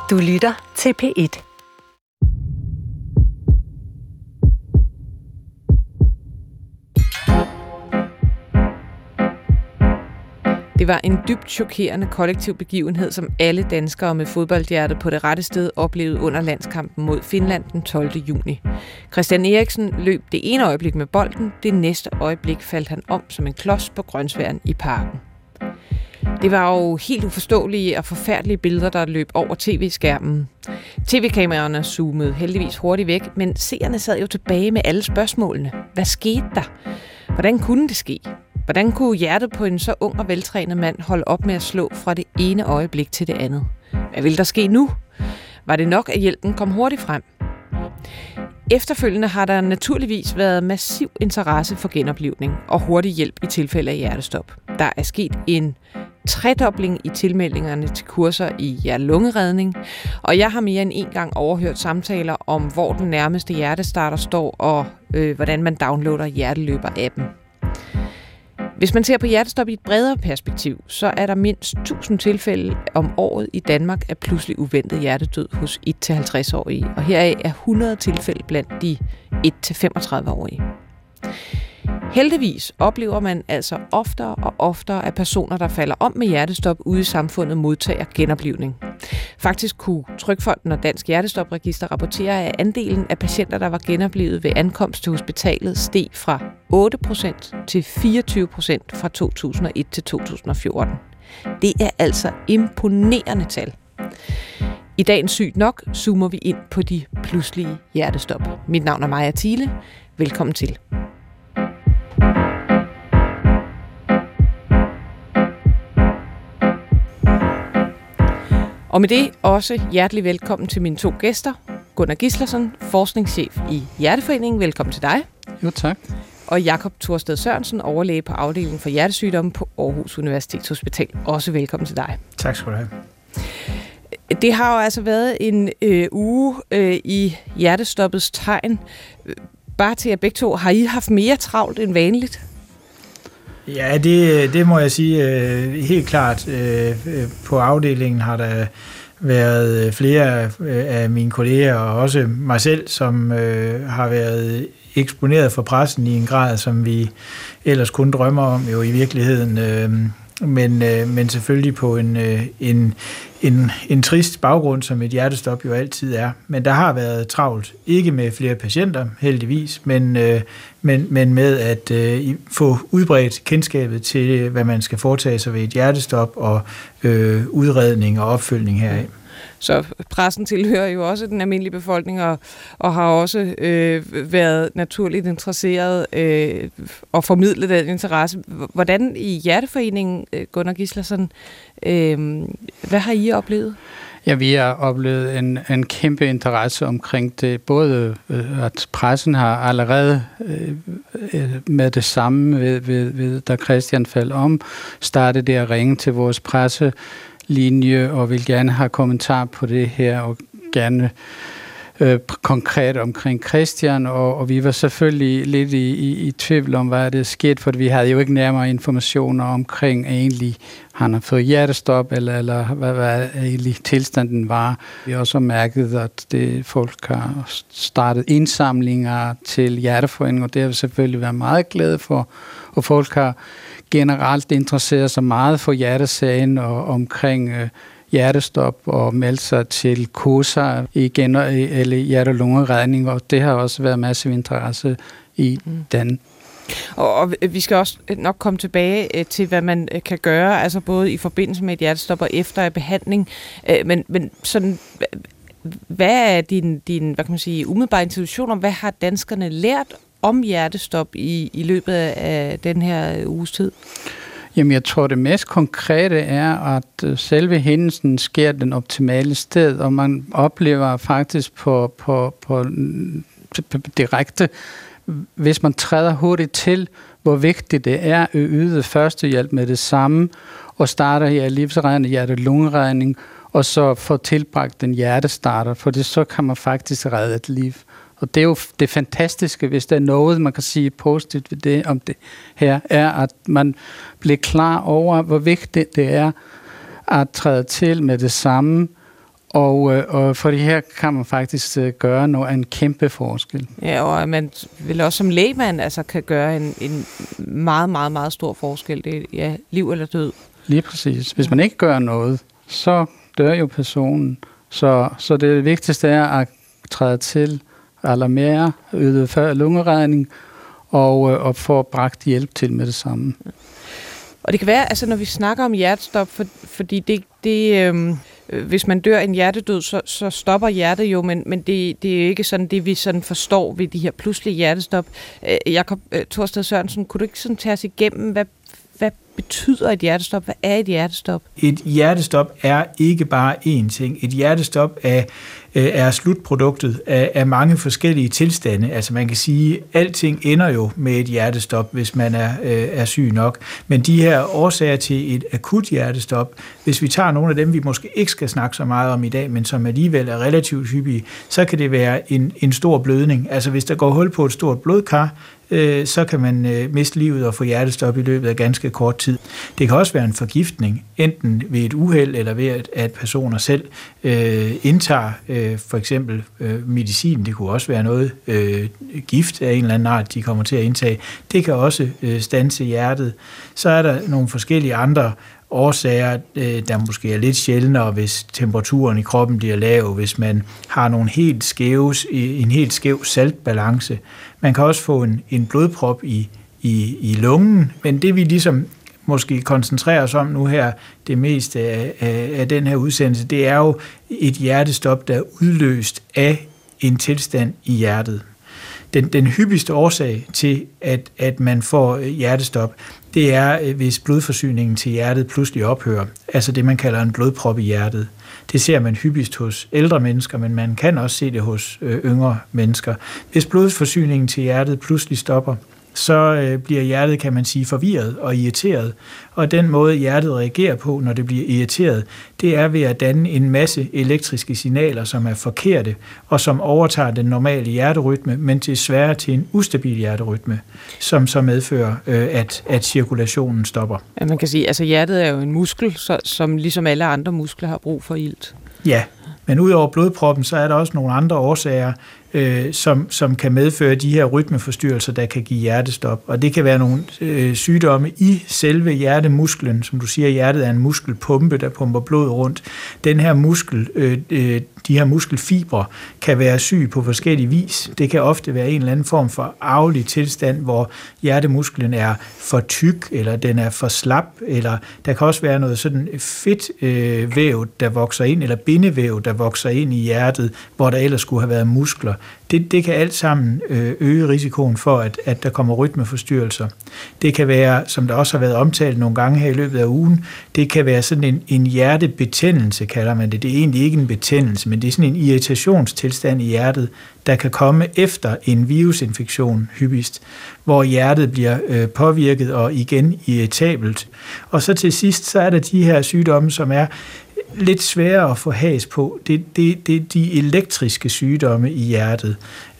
Du lytter til P1. Det var en dybt chokerende kollektiv begivenhed, som alle danskere med fodboldhjertet på det rette sted oplevede under landskampen mod Finland den 12. juni. Christian Eriksen løb det ene øjeblik med bolden, det næste øjeblik faldt han om som en klods på grønsværen i parken. Det var jo helt uforståelige og forfærdelige billeder, der løb over tv-skærmen. TV-kameraerne zoomede heldigvis hurtigt væk, men seerne sad jo tilbage med alle spørgsmålene. Hvad skete der? Hvordan kunne det ske? Hvordan kunne hjertet på en så ung og veltrænet mand holde op med at slå fra det ene øjeblik til det andet? Hvad ville der ske nu? Var det nok, at hjælpen kom hurtigt frem? Efterfølgende har der naturligvis været massiv interesse for genoplivning og hurtig hjælp i tilfælde af hjertestop. Der er sket en tredobling i tilmeldingerne til kurser i hjerte-lungeredning, og jeg har mere end en gang overhørt samtaler om, hvor den nærmeste hjertestarter står, og hvordan man downloader hjerteløber-appen. Hvis man ser på hjertestop i et bredere perspektiv, så er der mindst 1000 tilfælde om året i Danmark af pludselig uventet hjertedød hos 1-50-årige, og heraf er 100 tilfælde blandt de 1-35-årige. Heldigvis oplever man altså oftere og oftere, at personer, der falder om med hjertestop ude i samfundet, modtager genoplivning. Faktisk kunne Trygfonden og Dansk Hjertestopregister rapportere, at andelen af patienter, der var genoplivet ved ankomst til hospitalet, steg fra 8% til 24% fra 2001 til 2014. Det er altså imponerende tal. I dagens Sygt Nok zoomer vi ind på de pludselige hjertestop. Mit navn er Maja Thiele. Velkommen til. Og med det også hjertelig velkommen til mine to gæster. Gunnar Gislersen, forskningschef i Hjerteforeningen. Velkommen til dig. Jo, tak. Og Jakob Thorsted Sørensen, overlæge på afdelingen for hjertesygdomme på Aarhus Universitetshospital. Også velkommen til dig. Tak skal du have. Det har jo altså været en uge i hjertestoppets tegn. Bare til jer begge to, har I haft mere travlt end vanligt? Ja, det må jeg sige helt klart. På afdelingen har der været flere af mine kolleger, og også mig selv, som har været eksponeret for pressen i en grad, som vi ellers kun drømmer om jo i virkeligheden. Men selvfølgelig på en trist baggrund, som et hjertestop jo altid er. Men der har været travlt, ikke med flere patienter, heldigvis, men med at få udbredt kendskabet til, hvad man skal foretage sig ved et hjertestop, og udredning og opfølgning heraf. Så pressen tilhører jo også den almindelige befolkning, og har også været naturligt interesseret og formidlet den interesse. Hvordan i Hjerteforeningen, Gunnar Gislersen, hvad har I oplevet? Ja, vi har oplevet en kæmpe interesse omkring det. Både at pressen har allerede med det samme, ved da Christian faldt om, startede det at ringe til vores presselinje og vil gerne have kommentar på det her, og gerne konkret omkring Christian, og vi var selvfølgelig lidt i tvivl om, hvad det skete, for vi havde jo ikke nærmere informationer omkring egentlig, han har fået hjertestop, eller hvad egentlig tilstanden var. Vi har også mærket, at folk har startet indsamlinger til Hjerteforeningen, og det har vi selvfølgelig været meget glade for, og folk har generelt interesseret sig meget for hjertesagen og omkring hjertestop og meldt sig til kurser eller hjerte-lungeredning, og det har også været massiv interesse i den. Og vi skal også nok komme tilbage til, hvad man kan gøre, altså både i forbindelse med et hjertestop og efter behandling. Men sådan, hvad er din hvad kan man sige, umiddelbare institutioner? Hvad har danskerne lært om hjertestop i løbet af den her uges tid? Jamen, jeg tror, det mest konkrete er, at selve hændelsen sker den optimale sted, og man oplever faktisk på direkte, hvis man træder hurtigt til, hvor vigtigt det er at yde førstehjælp med det samme, og starter her livsreddende hjerte-lungeredning, og så får tilbragt den hjertestarter, for det, så kan man faktisk redde et liv. Og det er jo det fantastiske, hvis der er noget, man kan sige positivt ved det, om det her, er, at man bliver klar over, hvor vigtigt det er at træde til med det samme, Og for det her kan man faktisk gøre en kæmpe forskel. Ja, og man vil også som lægmand altså kan gøre en meget, meget, meget stor forskel. Det er liv eller død. Lige præcis. Hvis man ikke gør noget, så dør jo personen. Så det vigtigste er at træde til, alarmere, yde før lungeredning og få bragt hjælp til med det samme. Og det kan være, altså når vi snakker om hjertestop, fordi hvis man dør en hjertedød, så stopper hjertet jo, men det er jo ikke sådan det, vi sådan forstår ved de her pludselige hjertestop. Jakob Thorsted Sørensen, kunne du ikke sådan tage os igennem, hvad betyder et hjertestop? Hvad er et hjertestop? Et hjertestop er ikke bare én ting. Et hjertestop er slutproduktet af mange forskellige tilstande. Altså man kan sige, at alting ender jo med et hjertestop, hvis man er syg nok. Men de her årsager til et akut hjertestop, hvis vi tager nogle af dem, vi måske ikke skal snakke så meget om i dag, men som alligevel er relativt hyppige, så kan det være en stor blødning. Altså hvis der går hul på et stort blodkar, så kan man miste livet og få hjertestop i løbet af ganske kort tid. Det kan også være en forgiftning, enten ved et uheld eller ved, at personer selv indtager for eksempel medicin. Det kunne også være noget gift af en eller anden art, de kommer til at indtage. Det kan også standse hjertet. Så er der nogle forskellige andre årsager, der måske er lidt sjældnere, hvis temperaturen i kroppen bliver lav, hvis man har en helt skæv saltbalance. Man kan også få en blodprop i lungen, men det vi ligesom måske koncentrerer os om nu her, det meste af den her udsendelse, det er jo et hjertestop, der er udløst af en tilstand i hjertet. Den hyppigste årsag til, at man får hjertestop, det er, hvis blodforsyningen til hjertet pludselig ophører. Altså det, man kalder en blodprop i hjertet. Det ser man hyppigst hos ældre mennesker, men man kan også se det hos yngre mennesker. Hvis blodforsyningen til hjertet pludselig stopper, så bliver hjertet, kan man sige, forvirret og irriteret. Og den måde, hjertet reagerer på, når det bliver irriteret, det er ved at danne en masse elektriske signaler, som er forkerte, og som overtager den normale hjerterytme, men desværre til en ustabil hjerterytme, som så medfører, at cirkulationen stopper. Ja, man kan sige, altså hjertet er jo en muskel, som ligesom alle andre muskler har brug for ilt. Ja, men udover blodproppen, så er der også nogle andre årsager, som kan medføre de her rytmeforstyrrelser, der kan give hjertestop. Og det kan være nogle sygdomme i selve hjertemusklen. Som du siger, hjertet er en muskelpumpe, der pumper blod rundt. Den her de her muskelfibre kan være syge på forskellige vis. Det kan ofte være en eller anden form for arvelig tilstand, hvor hjertemusklen er for tyk, eller den er for slap, eller der kan også være noget sådan fedtvæv, der vokser ind, eller bindevæv, der vokser ind i hjertet, hvor der ellers skulle have været muskler. Det kan alt sammen øge risikoen for, at der kommer rytmeforstyrrelser. Det kan være, som der også har været omtalt nogle gange her i løbet af ugen, det kan være sådan en hjertebetændelse, kalder man det. Det er egentlig ikke en betændelse, men det er sådan en irritationstilstand i hjertet, der kan komme efter en virusinfektion hyppigst, hvor hjertet bliver påvirket og igen irritabelt. Og så til sidst, så er der de her sygdomme, som er lidt sværere at få has på. Det er de elektriske sygdomme i hjertet.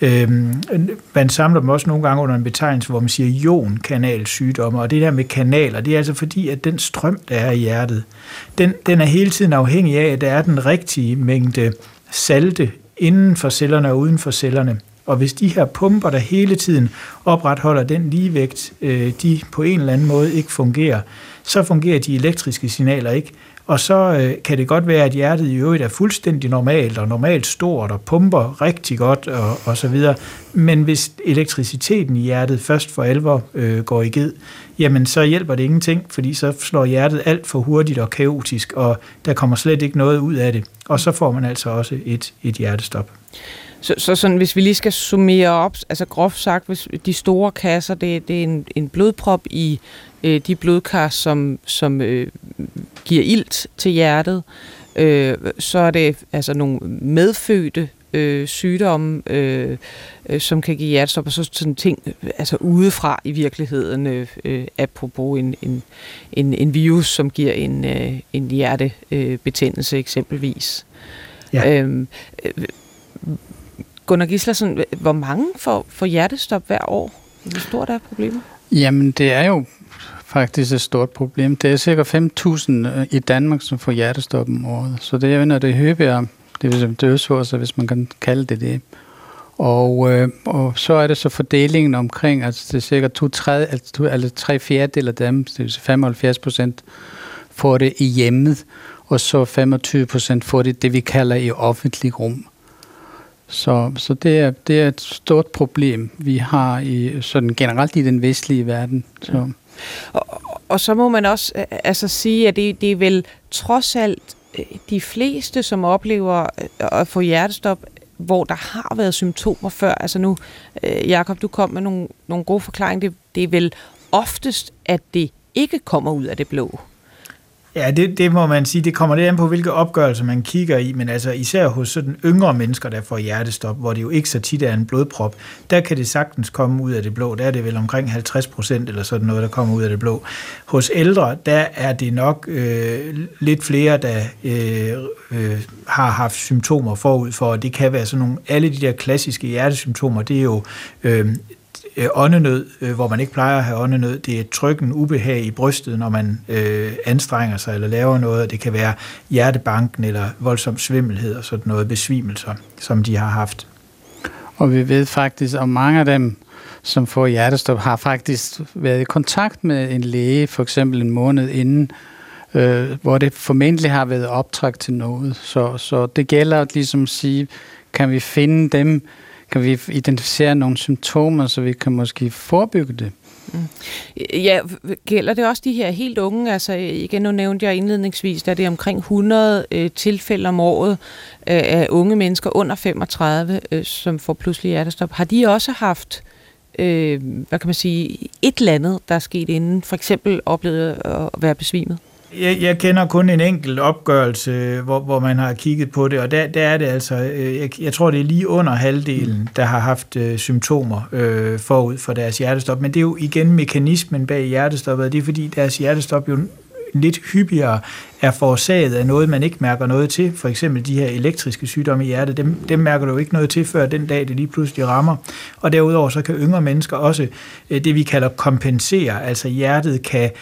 Man samler dem også nogle gange under en betegnelse, hvor man siger ionkanalsygdomme, og det der med kanaler, det er altså fordi, at den strøm, der er i hjertet, den er hele tiden afhængig af, at der er den rigtige mængde salte inden for cellerne og uden for cellerne. Og hvis de her pumper, der hele tiden opretholder den ligevægt, de på en eller anden måde ikke fungerer, så fungerer de elektriske signaler ikke. Og så kan det godt være, at hjertet i øvrigt er fuldstændig normalt og normalt stort og pumper rigtig godt og så videre. Men hvis elektriciteten i hjertet først for alvor går i ged, jamen så hjælper det ingenting, fordi så slår hjertet alt for hurtigt og kaotisk, og der kommer slet ikke noget ud af det. Og så får man altså også et hjertestop. Så sådan, hvis vi lige skal summere op, altså groft sagt, hvis de store kasser, det er en blodprop i de blodkar, som giver ilt til hjertet, så er det altså nogle medfødte sygdomme, som kan give hjertestop, og så sådan ting altså udefra i virkeligheden, apropos en virus, som giver en hjertebetændelse eksempelvis. Ja. Gunnar Gislersen, hvor mange får hjertestop hver år? Hvor stort er problemet? Jamen, det er jo faktisk et stort problem. Det er cirka 5.000 i Danmark, som får hjertestop om året. Så det er jo en af det hyppigere det er dødsårsager, hvis man kan kalde det. Og så er det så fordelingen omkring, altså det er cirka 3/4 af dem, det vil sige 75% får det i hjemmet, og så 25% får det vi kalder i offentlig rum. Så det er et stort problem, vi har sådan generelt i den vestlige verden. Så. Og så må man også sige, at det er vel trods alt de fleste, som oplever at få hjertestop, hvor der har været symptomer før. Altså nu, Jakob, du kom med nogle gode forklaringer. Det er vel oftest, at det ikke kommer ud af det blå. Ja, det må man sige. Det kommer lidt an på, hvilke opgørelser man kigger i, men altså især hos sådan yngre mennesker, der får hjertestop, hvor det jo ikke så tit er en blodprop, der kan det sagtens komme ud af det blå. Der er det vel omkring 50% eller sådan noget, der kommer ud af det blå. Hos ældre, der er det nok lidt flere, der har haft symptomer forud for, og det kan være sådan nogle, alle de der klassiske hjertesymptomer, det er jo åndenød, hvor man ikke plejer at have åndenød. Det er trykken, ubehag i brystet, når man anstrenger sig eller laver noget. Det kan være hjertebanken eller voldsom svimmelhed og sådan noget, besvimelser, som de har haft. Og vi ved faktisk, at mange af dem, som får hjertestop, har faktisk været i kontakt med en læge, for eksempel en måned inden, hvor det formentlig har været optræk til noget. Så det gælder at ligesom sige, kan vi finde dem, kan vi identificere nogle symptomer, så vi kan måske forebygge det? Ja, gælder det også de her helt unge? Altså igen, nu nævnte jeg indledningsvis, at det er omkring 100 tilfælde om året af unge mennesker under 35, som får pludselig hjertestop. Har de også haft, hvad kan man sige, et eller andet, der er sket inden, for eksempel oplevet at være besvimet? Jeg kender kun en enkelt opgørelse, hvor man har kigget på det, og der er det altså, jeg tror det er lige under halvdelen, der har haft symptomer forud for deres hjertestop, men det er jo igen mekanismen bag hjertestoppet, det er fordi deres hjertestop jo lidt hyppigere er forårsaget af noget, man ikke mærker noget til. For eksempel de her elektriske sygdomme i hjertet, dem mærker du ikke noget til, før den dag, det lige pludselig rammer. Og derudover så kan yngre mennesker også det, vi kalder kompensere. Altså hjertet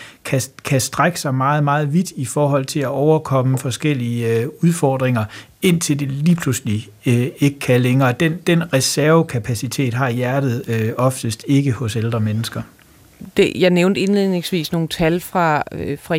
kan strække sig meget, meget vidt i forhold til at overkomme forskellige udfordringer, indtil det lige pludselig ikke kan længere. Den reservekapacitet har hjertet oftest ikke hos ældre mennesker. Jeg nævnte indledningsvis nogle tal fra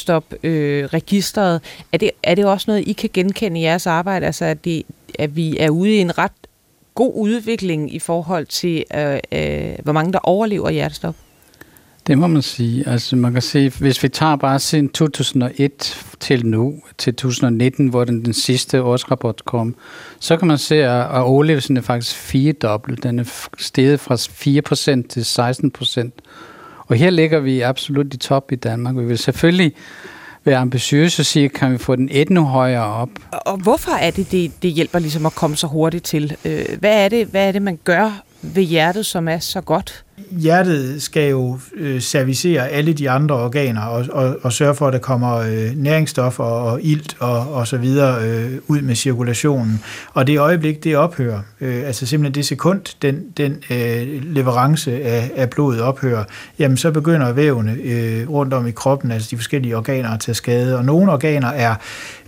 hjertestop-registeret. Er det også noget, I kan genkende i jeres arbejde? Altså, at vi er ude i en ret god udvikling i forhold til, hvor mange der overlever hjertestop? Det må man sige. Altså, man kan se, hvis vi tager bare siden 2001 til nu, til 2019, hvor den sidste årsrapport kom, så kan man se, at overlevelsen er faktisk 4-dobbelt. Den er steget fra 4% til 16%. Og her ligger vi absolut i top i Danmark. Vi vil selvfølgelig være ambitiøse og sige, kan vi få den endnu højere op. Og hvorfor er det hjælper ligesom at komme så hurtigt til? Hvad er det, man gør ved hjertet, som er så godt? Hjertet skal jo servicere alle de andre organer og sørge for, at der kommer næringsstoffer og ilt og så videre ud med cirkulationen. Og det øjeblik, det ophører, altså simpelthen det sekund, den leverance af blodet ophører, jamen så begynder vævene rundt om i kroppen, altså de forskellige organer at tage skade. Og nogle organer er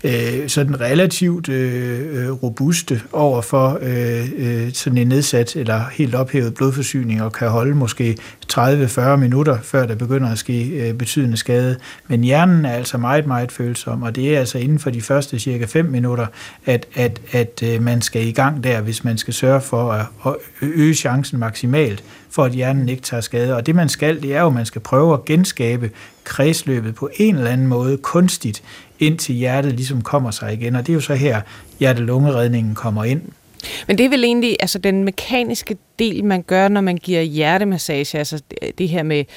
sådan relativt robuste over for sådan en nedsat eller helt ophævet blodforsyning og kan holde måske 30-40 minutter, før der begynder at ske betydende skade. Men hjernen er altså meget, meget følsom, og det er altså inden for de første cirka 5 minutter, at man skal i gang der, hvis man skal sørge for at øge chancen maksimalt, for at hjernen ikke tager skade. Og det man skal, det er jo, at man skal prøve at genskabe kredsløbet på en eller anden måde kunstigt, indtil hjertet ligesom kommer sig igen. Og det er jo så her, hjerte-lungeredningen kommer ind. Men det er vel egentlig altså den mekaniske del, man gør, når man giver hjertemassage, altså det her med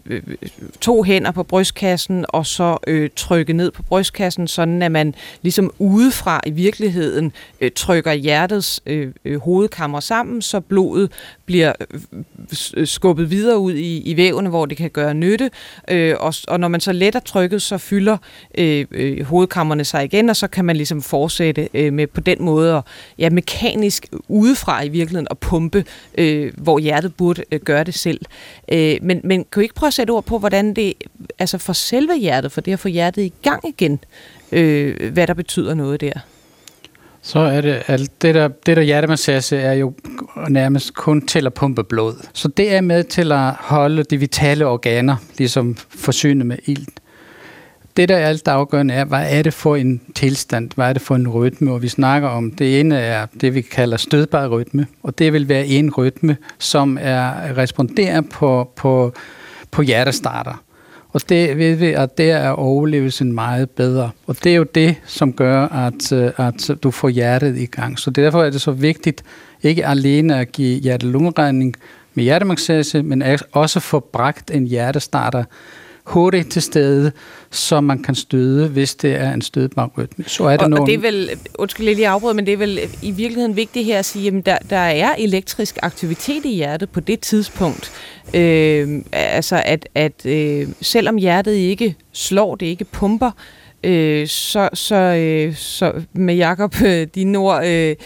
2 hænder på brystkassen, og så trykke ned på brystkassen, sådan at man ligesom udefra i virkeligheden trykker hjertets hovedkammer sammen, så blodet bliver skubbet videre ud i vævene, hvor det kan gøre nytte, og når man så letter trykket, så fylder hovedkammerne sig igen, og så kan man ligesom fortsætte med på den måde, og mekanisk udefra i virkeligheden at pumpe, hvor hjertet burde gøre det selv. Men kan du ikke prøve at sætte ord på, hvordan det, altså for selve hjertet, for det at få hjertet i gang igen, hvad der betyder noget der? Så er det alt det der hjertemassage er jo nærmest kun til at pumpe blod. Så det er med til at holde de vitale organer ligesom forsynet med ilt. Det, der er alt afgørende, er, hvad er det for en tilstand, hvad er det for en rytme, og vi snakker om, det ene er det, vi kalder stødbar rytme, og det vil være en rytme, som responderer på hjertestarter. Og det ved vi, at der er overlevelsen meget bedre. Og det er jo det, som gør, at du får hjertet i gang. Så derfor er det så vigtigt, ikke alene at give hjerte-lungeredning med hjertemassage, men også få bragt en hjertestarter hurtigt til stede, så man kan støde, hvis det er en stødbar rytme. Så er det og det er vel, undskyld lige afbryde, men det er vel i virkeligheden vigtigt her at sige, at der er elektrisk aktivitet i hjertet på det tidspunkt. Altså at selvom hjertet ikke slår, det ikke pumper, så med Jakob, dine ord,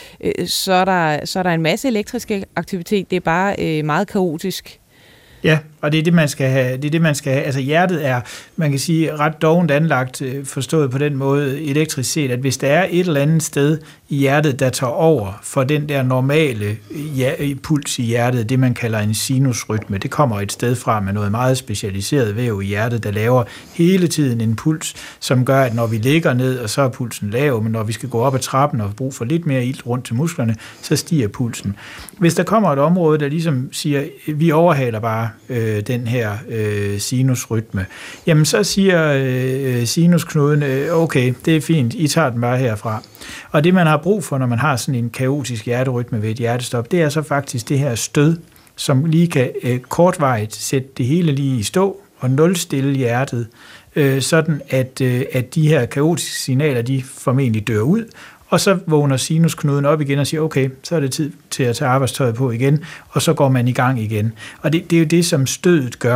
så er der en masse elektrisk aktivitet. Det er bare meget kaotisk. Ja, og det er det, man skal have. Det er det, man skal have. Altså hjertet er, man kan sige, ret dovent anlagt, forstået på den måde elektrisk set, at hvis der er et eller andet sted i hjertet, der tager over for den der normale puls i hjertet, det man kalder en sinusrytme, det kommer et sted fra med noget meget specialiseret væv i hjertet, der laver hele tiden en puls, som gør, at når vi ligger ned, og så er pulsen lav, men når vi skal gå op ad trappen og bruge for lidt mere ilt rundt til musklerne, så stiger pulsen. Hvis der kommer et område, der ligesom siger, vi overhaler bare den her sinusrytme, jamen så siger sinusknuden, okay, det er fint, I tager den bare herfra. Og det, man har brug for, når man har sådan en kaotisk hjerterytme ved et hjertestop, det er så faktisk det her stød, som lige kan kortvarigt sætte det hele lige i stå og nulstille hjertet, sådan at de her kaotiske signaler, de formentlig dør ud, og så vågner sinusknuden op igen og siger, okay, så er det tid til at tage arbejdstøjet på igen, og så går man i gang igen. Og det er jo det, som stødet gør.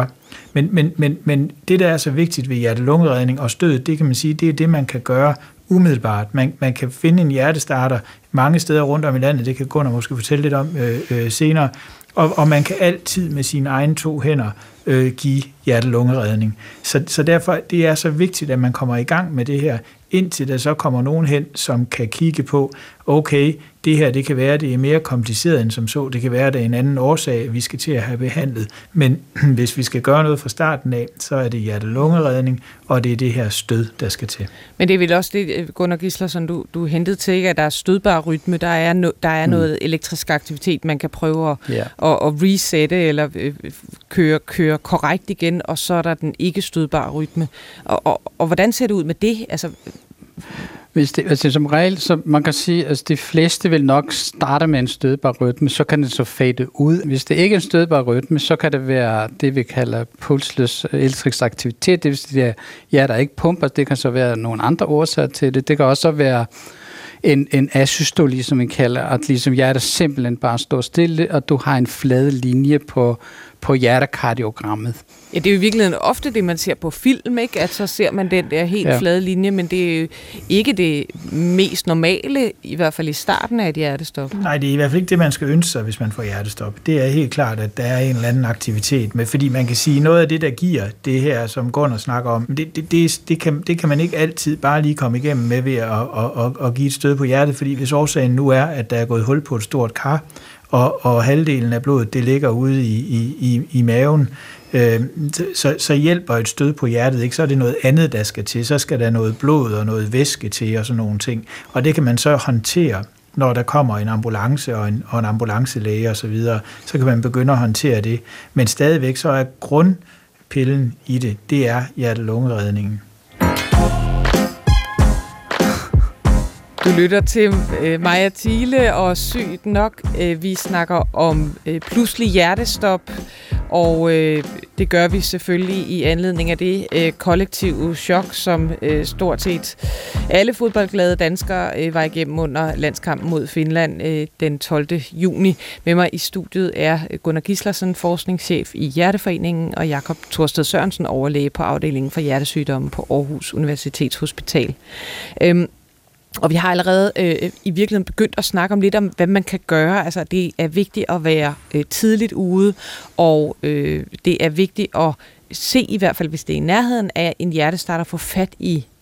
Men det, der er så vigtigt ved hjerte-lungeredning og stødet, det kan man sige, det er det, man kan gøre umiddelbart. Man kan finde en hjertestarter mange steder rundt om i landet, det kan Gunnar måske fortælle lidt om senere, og man kan altid med sine egne 2 hænder give hjerte-lungeredning. Så derfor det er så vigtigt, at man kommer i gang med det her, indtil der så kommer nogen hen, som kan kigge på, okay, det her, det kan være, det er mere kompliceret end som så, det kan være, det er en anden årsag, vi skal til at have behandlet, men hvis vi skal gøre noget fra starten af, så er det hjerte-lungeredning, og det er det her stød, der skal til. Men det er vel også det, Gunnar Gislason, du hentede til, ikke? At der er stødbar rytme, der er noget elektrisk aktivitet, man kan prøve at resette, eller køre korrekt igen, og så er der den ikke stødbare rytme. Og hvordan ser det ud med det? Altså Hvis det som regel, så man kan sige, at de fleste vil nok starte med en stødbar rytme, så kan det så fade ud. Hvis det ikke er en stødbar rytme, så kan det være det, vi kalder pulsløs elektrisk aktivitet. Det vil sige, at hjertet ikke pumper. Det kan så være nogle andre årsager til det. Det kan også være en asystoli, som vi kalder, at ligesom hjertet simpelthen bare står stille, og du har en flad linje på hjertekardiogrammet. Ja, det er jo i virkeligheden ofte det, man ser på film, ikke? At så ser man den der helt flade linje, men det er jo ikke det mest normale, i hvert fald i starten af et hjertestop. Nej, det er i hvert fald ikke det, man skal ønske sig, hvis man får hjertestop. Det er helt klart, at der er en eller anden aktivitet med, fordi man kan sige, noget af det, der giver det her, som Gunnar snakker om, det kan man ikke altid bare lige komme igennem med ved at give et stød på hjertet, fordi hvis årsagen nu er, at der er gået hul på et stort kar, og halvdelen af blodet, det ligger ude i maven, så hjælper et stød på hjertet ikke, så er det noget andet, der skal til. Så skal der noget blod og noget væske til og sådan nogle ting. Og det kan man så håndtere, når der kommer en ambulance og en ambulancelæge og så videre. Så kan man begynde at håndtere det. Men stadigvæk så er grundpillen i det er hjerte-lungeredningen. Du lytter til Maja Thiele og Sygt Nok. Vi snakker om pludselig hjertestop, og det gør vi selvfølgelig i anledning af det kollektive chok, som stort set alle fodboldglade danskere var igennem under landskampen mod Finland den 12. juni. Med mig i studiet er Gunnar Gislason, forskningschef i Hjerteforeningen, og Jakob Thorsted Sørensen, overlæge på afdelingen for hjertesygdomme på Aarhus Universitetshospital. Og vi har allerede i virkeligheden begyndt at snakke om lidt om, hvad man kan gøre. Altså, det er vigtigt at være tidligt ude, og det er vigtigt at se, i hvert fald hvis det er i nærheden af en hjertestarter, få fat i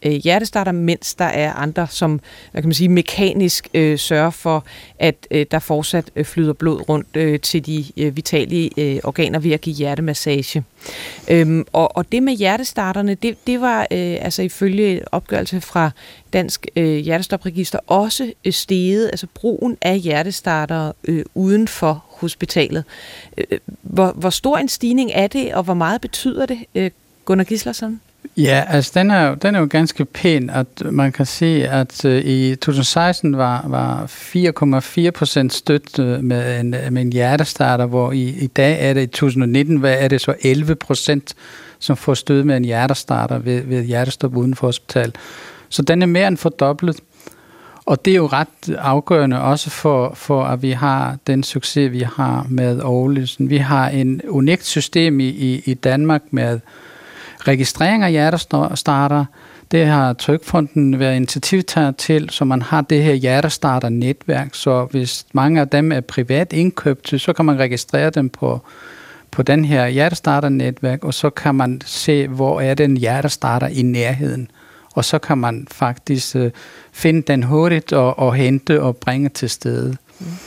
hjertestarter, mens der er andre, som hvad kan man sige, mekanisk sørger for, at der fortsat flyder blod rundt til de vitale organer ved at give hjertemassage. Og det med hjertestarterne, det var altså ifølge opgørelse fra Dansk Hjertestopregister også steget, altså brugen af hjertestartere uden for hospitalet. Hvor stor en stigning er det, og hvor meget betyder det, Gunnar Gislason? Ja, altså den er jo ganske pæn, at man kan se, at i 2016 var 4,4% stødt med en hjertestarter, hvor i dag er det i 2019, hvad er det så 11%, som får stød med en hjertestarter ved hjertestop uden for hospital. Så den er mere end fordoblet. Og det er jo ret afgørende også for at vi har den succes, vi har med overlevelsen. Vi har en unikt system i Danmark med registrering af hjertestarter. Det har Trygfonden været initiativtager til, så man har det her hjertestarter-netværk. Så hvis mange af dem er privat indkøbt, så kan man registrere dem på den her hjertestarter-netværk, og så kan man se, hvor er den hjertestarter i nærheden. Og så kan man faktisk finde den hurtigt og hente og bringe til stede.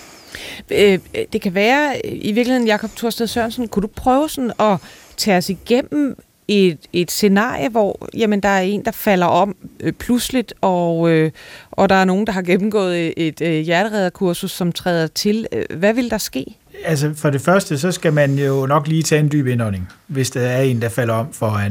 Det kan være, i virkeligheden, Jakob Thorsted Sørensen, kunne du prøve sådan at tage os igennem et scenarie, hvor jamen, der er en, der falder om pludseligt, og der er nogen, der har gennemgået et hjerteredderkursus, som træder til. Hvad vil der ske? Altså for det første, så skal man jo nok lige tage en dyb indånding, hvis der er en, der falder om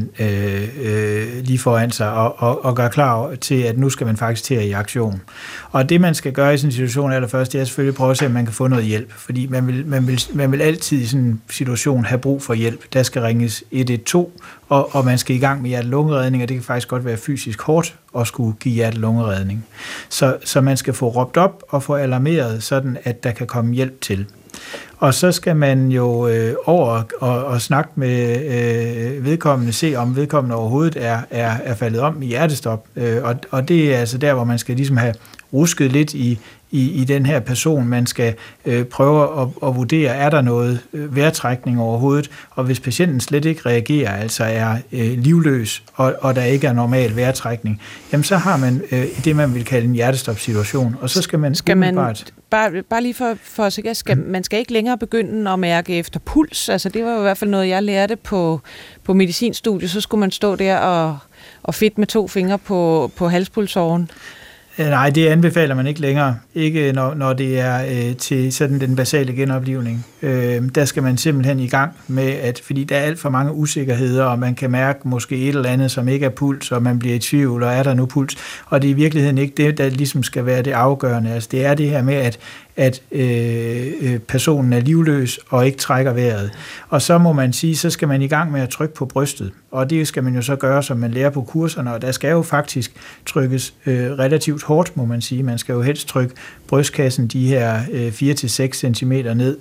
lige foran sig, og gør klar til, at nu skal man faktisk til i aktion. Og det, man skal gøre i sådan en situation allerførst, det er selvfølgelig at prøve at se, om man kan få noget hjælp. Fordi man vil altid i sådan en situation have brug for hjælp. Der skal ringes 112, og man skal i gang med hjerte-lungeredning, og det kan faktisk godt være fysisk hårdt at skulle give hjerte-lungeredning. Så man skal få råbt op og få alarmeret, sådan at der kan komme hjælp til. Og så skal man jo over og snakke med vedkommende, se om vedkommende overhovedet er faldet om i hjertestop. Og det er altså der, hvor man skal ligesom have rusket lidt i den her person. Man skal prøve at vurdere, er der noget vejrtrækning overhovedet, og hvis patienten slet ikke reagerer, altså er livløs, og der ikke er normal vejrtrækning, jamen så har man det, man vil kalde en hjertestop-situation, og så skal man bare lige for at sikre, man skal ikke længere begynde at mærke efter puls. Altså det var jo i hvert fald noget, jeg lærte på medicinstudiet. Så skulle man stå der og fedt med 2 fingre på halspulsåren. Nej, det anbefaler man ikke længere. Ikke når det er til sådan den basale genoplivning. Der skal man simpelthen i gang med, fordi der er alt for mange usikkerheder, og man kan mærke måske et eller andet, som ikke er puls, og man bliver i tvivl, og er der nu puls? Og det er i virkeligheden ikke det, der ligesom skal være det afgørende. Altså det er det her med, at personen er livløs og ikke trækker vejret. Og så må man sige, så skal man i gang med at trykke på brystet. Og det skal man jo så gøre, som man lærer på kurserne, og der skal jo faktisk trykkes relativt hårdt, må man sige. Man skal jo helst trykke brystkassen de her 4-6 cm ned.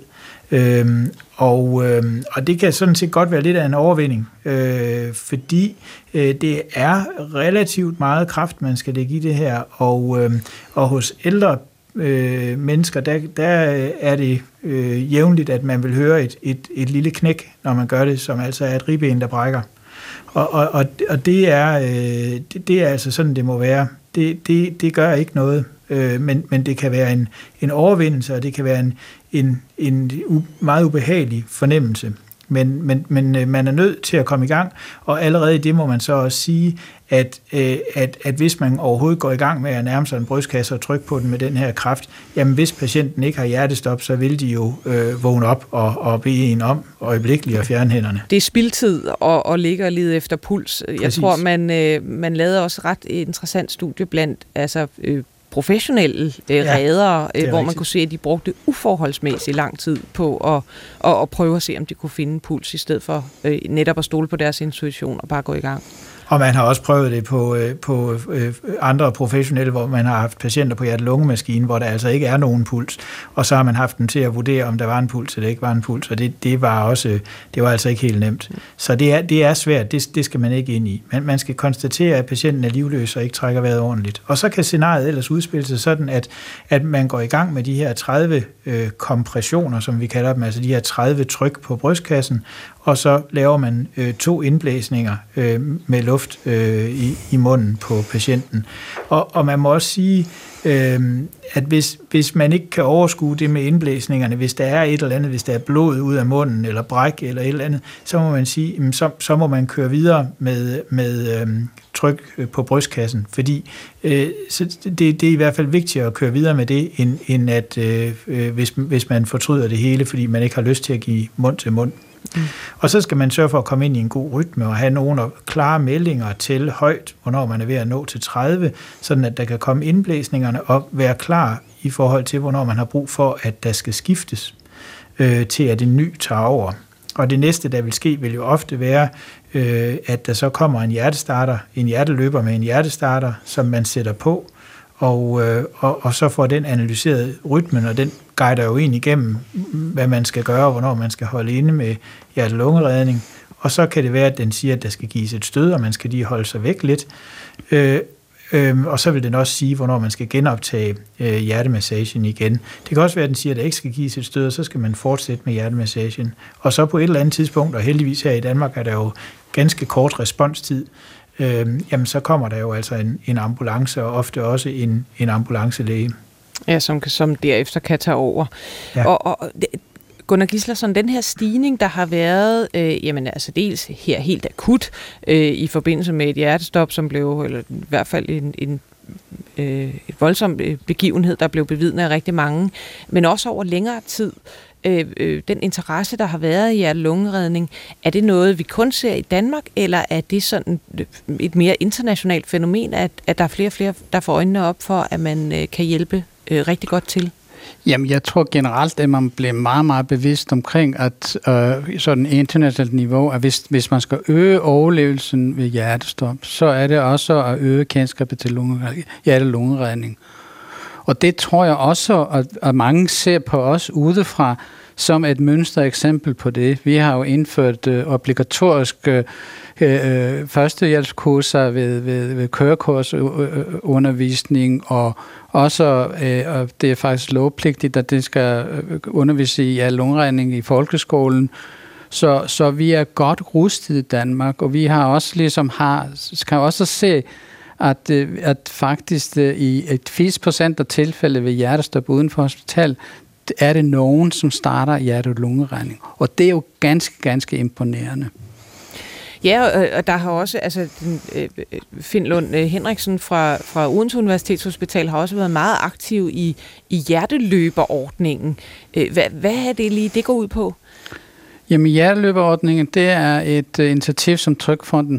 Og det kan sådan set godt være lidt af en overvinding, fordi det er relativt meget kraft, man skal lægge i det her, og hos ældre mennesker, der er det jævnligt, at man vil høre et lille knæk, når man gør det, som altså er et ribben, der brækker. Og det er altså sådan, det må være. Det gør ikke noget, men det kan være en overvindelse, og det kan være en meget ubehagelig fornemmelse. Men man er nødt til at komme i gang, og allerede i det må man så også sige, at hvis man overhovedet går i gang med at nærme sig en brystkasse og trykke på den med den her kraft, jamen hvis patienten ikke har hjertestop, så vil de jo vågne op og bede en om øjeblikkeligt at fjerne hænderne. Det er spildtid at ligge og lede efter puls. Præcis. Jeg tror, man lavede også ret interessant studie blandt professionelle reddere, hvor man kunne se, at de brugte uforholdsmæssigt lang tid på at prøve at se, om de kunne finde en puls, i stedet for netop at stole på deres intuition og bare gå i gang. Og man har også prøvet det på andre professionelle, hvor man har haft patienter på hjerte-lungemaskinen, hvor der altså ikke er nogen puls, og så har man haft dem til at vurdere, om der var en puls eller ikke var en puls, og det var altså ikke helt nemt. Så det er svært, det skal man ikke ind i. Man skal konstatere, at patienten er livløs og ikke trækker vejret ordentligt. Og så kan scenariet ellers udspille sig sådan, at man går i gang med de her 30 kompressioner, som vi kalder dem, altså de her 30 tryk på brystkassen, og så laver man 2 indblæsninger med luft i munden på patienten. Og man må også sige, at hvis man ikke kan overskue det med indblæsningerne, hvis der er et eller andet, hvis der er blod ud af munden, eller bræk, eller et eller andet, så må man sige, så må man køre videre med tryk på brystkassen, fordi så det er i hvert fald vigtigere at køre videre med det, end at hvis man fortryder det hele, fordi man ikke har lyst til at give mund til mund. Og så skal man sørge for at komme ind i en god rytme og have nogle klare meldinger til højt, hvornår man er ved at nå til 30, sådan at der kan komme indblæsningerne og være klar i forhold til, hvornår man har brug for, at der skal skiftes til, at en ny tager over. Og det næste, der vil ske, vil jo ofte være, at der så kommer en hjertestarter, en hjerteløber med en hjertestarter, som man sætter på, og så får den analyseret rytmen, og den guider jo ind igennem, hvad man skal gøre, og hvornår man skal holde inde med hjerte-lungeredning. Og så kan det være, at den siger, at der skal gives et stød, og man skal lige holde sig væk lidt. Og så vil den også sige, hvornår man skal genoptage hjertemassagen igen. Det kan også være, at den siger, at der ikke skal gives et stød, og så skal man fortsætte med hjertemassagen. Og så på et eller andet tidspunkt, og heldigvis her i Danmark er der jo ganske kort responstid, jamen så kommer der jo altså en ambulance, og ofte også en ambulancelæge. Ja, som derefter kan tage over. Ja. Og Gunnar Gislason, den her stigning, der har været, jamen altså dels her helt akut, i forbindelse med et hjertestop, som blev, eller i hvert fald et voldsom begivenhed, der blev bevidnet af rigtig mange, men også over længere tid. Den interesse, der har været i hjerte-lungeredning, er det noget, vi kun ser i Danmark, eller er det sådan et mere internationalt fænomen, at der er flere og flere, der får øjnene op for, at man kan hjælpe rigtig godt til? Jamen, jeg tror generelt, at man bliver meget, meget bevidst omkring, at sådan internationalt niveau, at hvis man skal øge overlevelsen ved hjertestop, så er det også at øge kendskabet til hjerte-lungeredning. Og det tror jeg også, at mange ser på os udefra som et mønstereksempel på det. Vi har jo indført obligatorisk førstehjælpskurser ved kørekursundervisning, og også det er faktisk lovpligtigt, at det skal undervise i hjerte-lungeredning i folkeskolen. Så vi er godt rustet i Danmark, og vi har også kan også se, at faktisk i et 80% af tilfælde ved hjertestop uden for hospital, er det nogen, som starter hjerte-lungeredning. Og det er jo ganske, ganske imponerende. Ja, og der har også, altså Finn Lund Henriksen fra Odense Universitetshospital har også været meget aktiv i hjerteløberordningen. Hvad er det lige, det går ud på? Jamen, hjerteløberordningen, det er et initiativ, som Trygfonden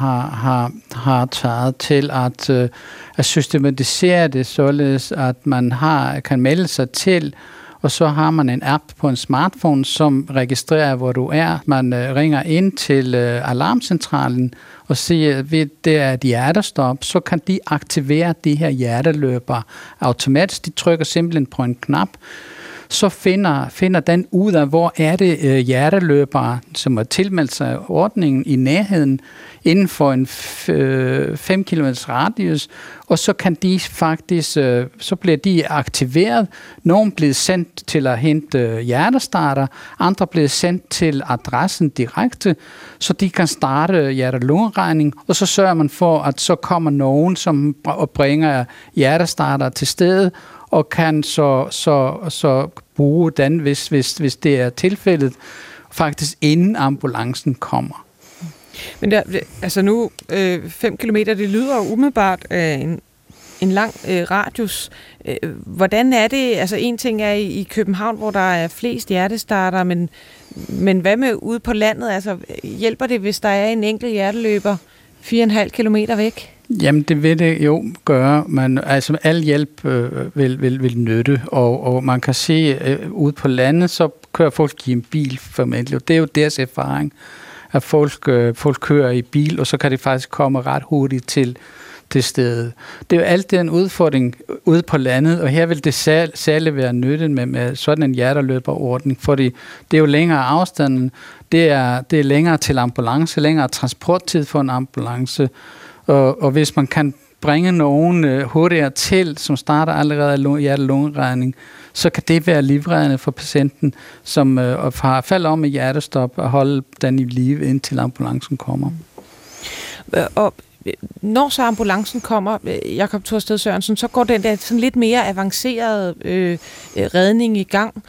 har taget til at systematisere det, således at man kan melde sig til, og så har man en app på en smartphone, som registrerer, hvor du er. Man ringer ind til alarmcentralen og siger, at det er et hjertestop, så kan de aktivere de her hjerteløbere automatisk. De trykker simpelthen på en knap, så finder den ud af, hvor er det hjerteløbere, som har tilmeldt sig ordningen i nærheden, inden for en 5 km radius, og så kan de faktisk, så bliver de aktiveret. Nogle bliver sendt til at hente hjertestarter, andre bliver sendt til adressen direkte, så de kan starte hjerte-lungeredning, og så sørger man for, at så kommer nogen, som bringer hjertestarter til stedet, og kan så bruge den, hvis det er tilfældet, faktisk inden ambulancen kommer. Men altså nu 5 kilometer, det lyder umiddelbart en lang radius. Hvordan er det? Altså en ting er i København, hvor der er flest hjertestarter, men hvad med ude på landet? Altså hjælper det, hvis der er en enkelt hjerteløber 4,5 kilometer væk? Jamen, det vil det jo gøre, men altså al hjælp vil nytte, og man kan se, ude på landet, så kører folk i en bil formentlig. Det er jo deres erfaring, at folk kører i bil, og så kan de faktisk komme ret hurtigt til stedet. Det er jo altid en udfordring ude på landet, og her vil det særligt være nyttigt med sådan en hjerteløberordning, fordi det er jo længere afstanden, det er længere til ambulance, længere transporttid for en ambulance, og hvis man kan bringe nogen hurtigere til, som starter allerede hjerte-lungeredning, så kan det være livreddende for patienten, som har faldet om med hjertestop og holde den i live, indtil ambulancen kommer. Og når så ambulancen kommer, Jakob Thorsted Sørensen, så går den der sådan lidt mere avancerede redning i gang.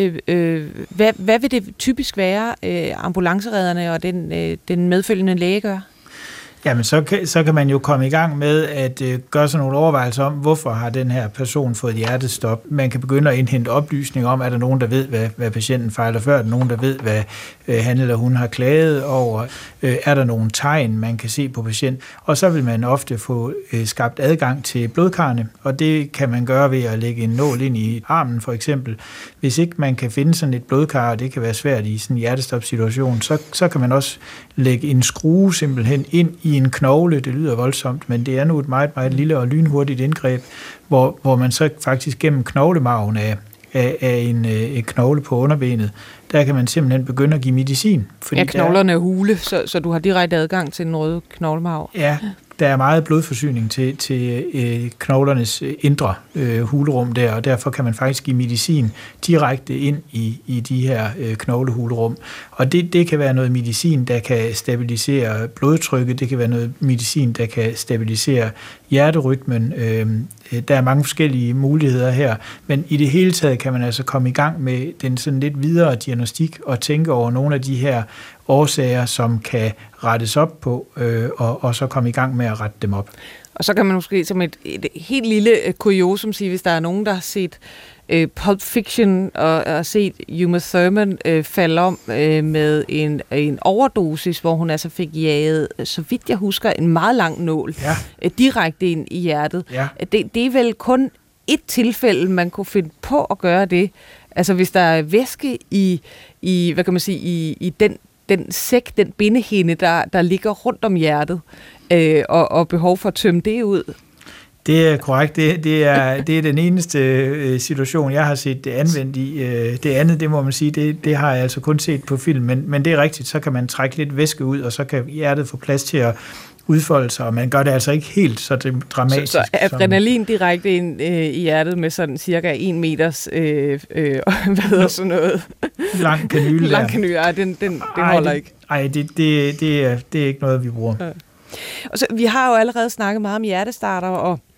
Hvad vil det typisk være, ambulanceredderne og den medfølgende læge gør? Jamen, så kan man jo komme i gang med at gøre sådan nogle overvejelser om, hvorfor har den her person fået hjertestop. Man kan begynde at indhente oplysninger om, er der nogen, der ved, hvad patienten fejler før, er der nogen, der ved, hvad han eller hun har klaget over, er der nogle tegn, man kan se på patienten, og så vil man ofte få skabt adgang til blodkarrene, og det kan man gøre ved at lægge en nål ind i armen for eksempel. Hvis ikke man kan finde sådan et blodkar, og det kan være svært i sådan en hjertestopsituation, så kan man også lægge en skrue simpelthen ind i en knogle. Det lyder voldsomt, men det er nu et meget, meget lille og lynhurtigt indgreb, hvor man så faktisk gennem knoglemarven af en knogle på underbenet, der kan man simpelthen begynde at give medicin. Fordi knoglerne er hule, så du har direkte adgang til den røde knoglemarv. Ja, der er meget blodforsyning til knoglernes indre hulerum der, og derfor kan man faktisk give medicin direkte ind i de her knoglehulerum. Og det kan være noget medicin, der kan stabilisere blodtrykket, det kan være noget medicin, der kan stabilisere hjerterytmen. Der er mange forskellige muligheder her, men i det hele taget kan man altså komme i gang med den sådan lidt videre diagnostik og tænke over nogle af de her årsager, som kan rettes op på, og så komme i gang med at rette dem op. Og så kan man måske som et helt lille kuriosum sige, hvis der er nogen, der har set Pulp Fiction og set Uma Thurman falde om med en overdosis, hvor hun altså fik jaget, så vidt jeg husker, en meget lang nål direkte ind i hjertet. Ja. Det er vel kun et tilfælde, man kunne finde på at gøre det. Altså hvis der er væske i hvad kan man sige, i den sæk, den bindehinde, der ligger rundt om hjertet, og behov for at tømme det ud. Det er korrekt. Det er den eneste situation, jeg har set det anvendt i. Det andet, det må man sige, det har jeg altså kun set på film, men det er rigtigt, så kan man trække lidt væske ud, og så kan hjertet få plads til at udfolde sig, og man gør det altså ikke helt så dramatisk. Så adrenalin direkte ind i hjertet med sådan cirka 1 meters, hvad hedder sådan noget? Lang kanyle. Lang kanyle, den holder ikke. Nej, det er ikke noget, vi bruger. Ja. Og så, vi har jo allerede snakket meget om hjertestarter,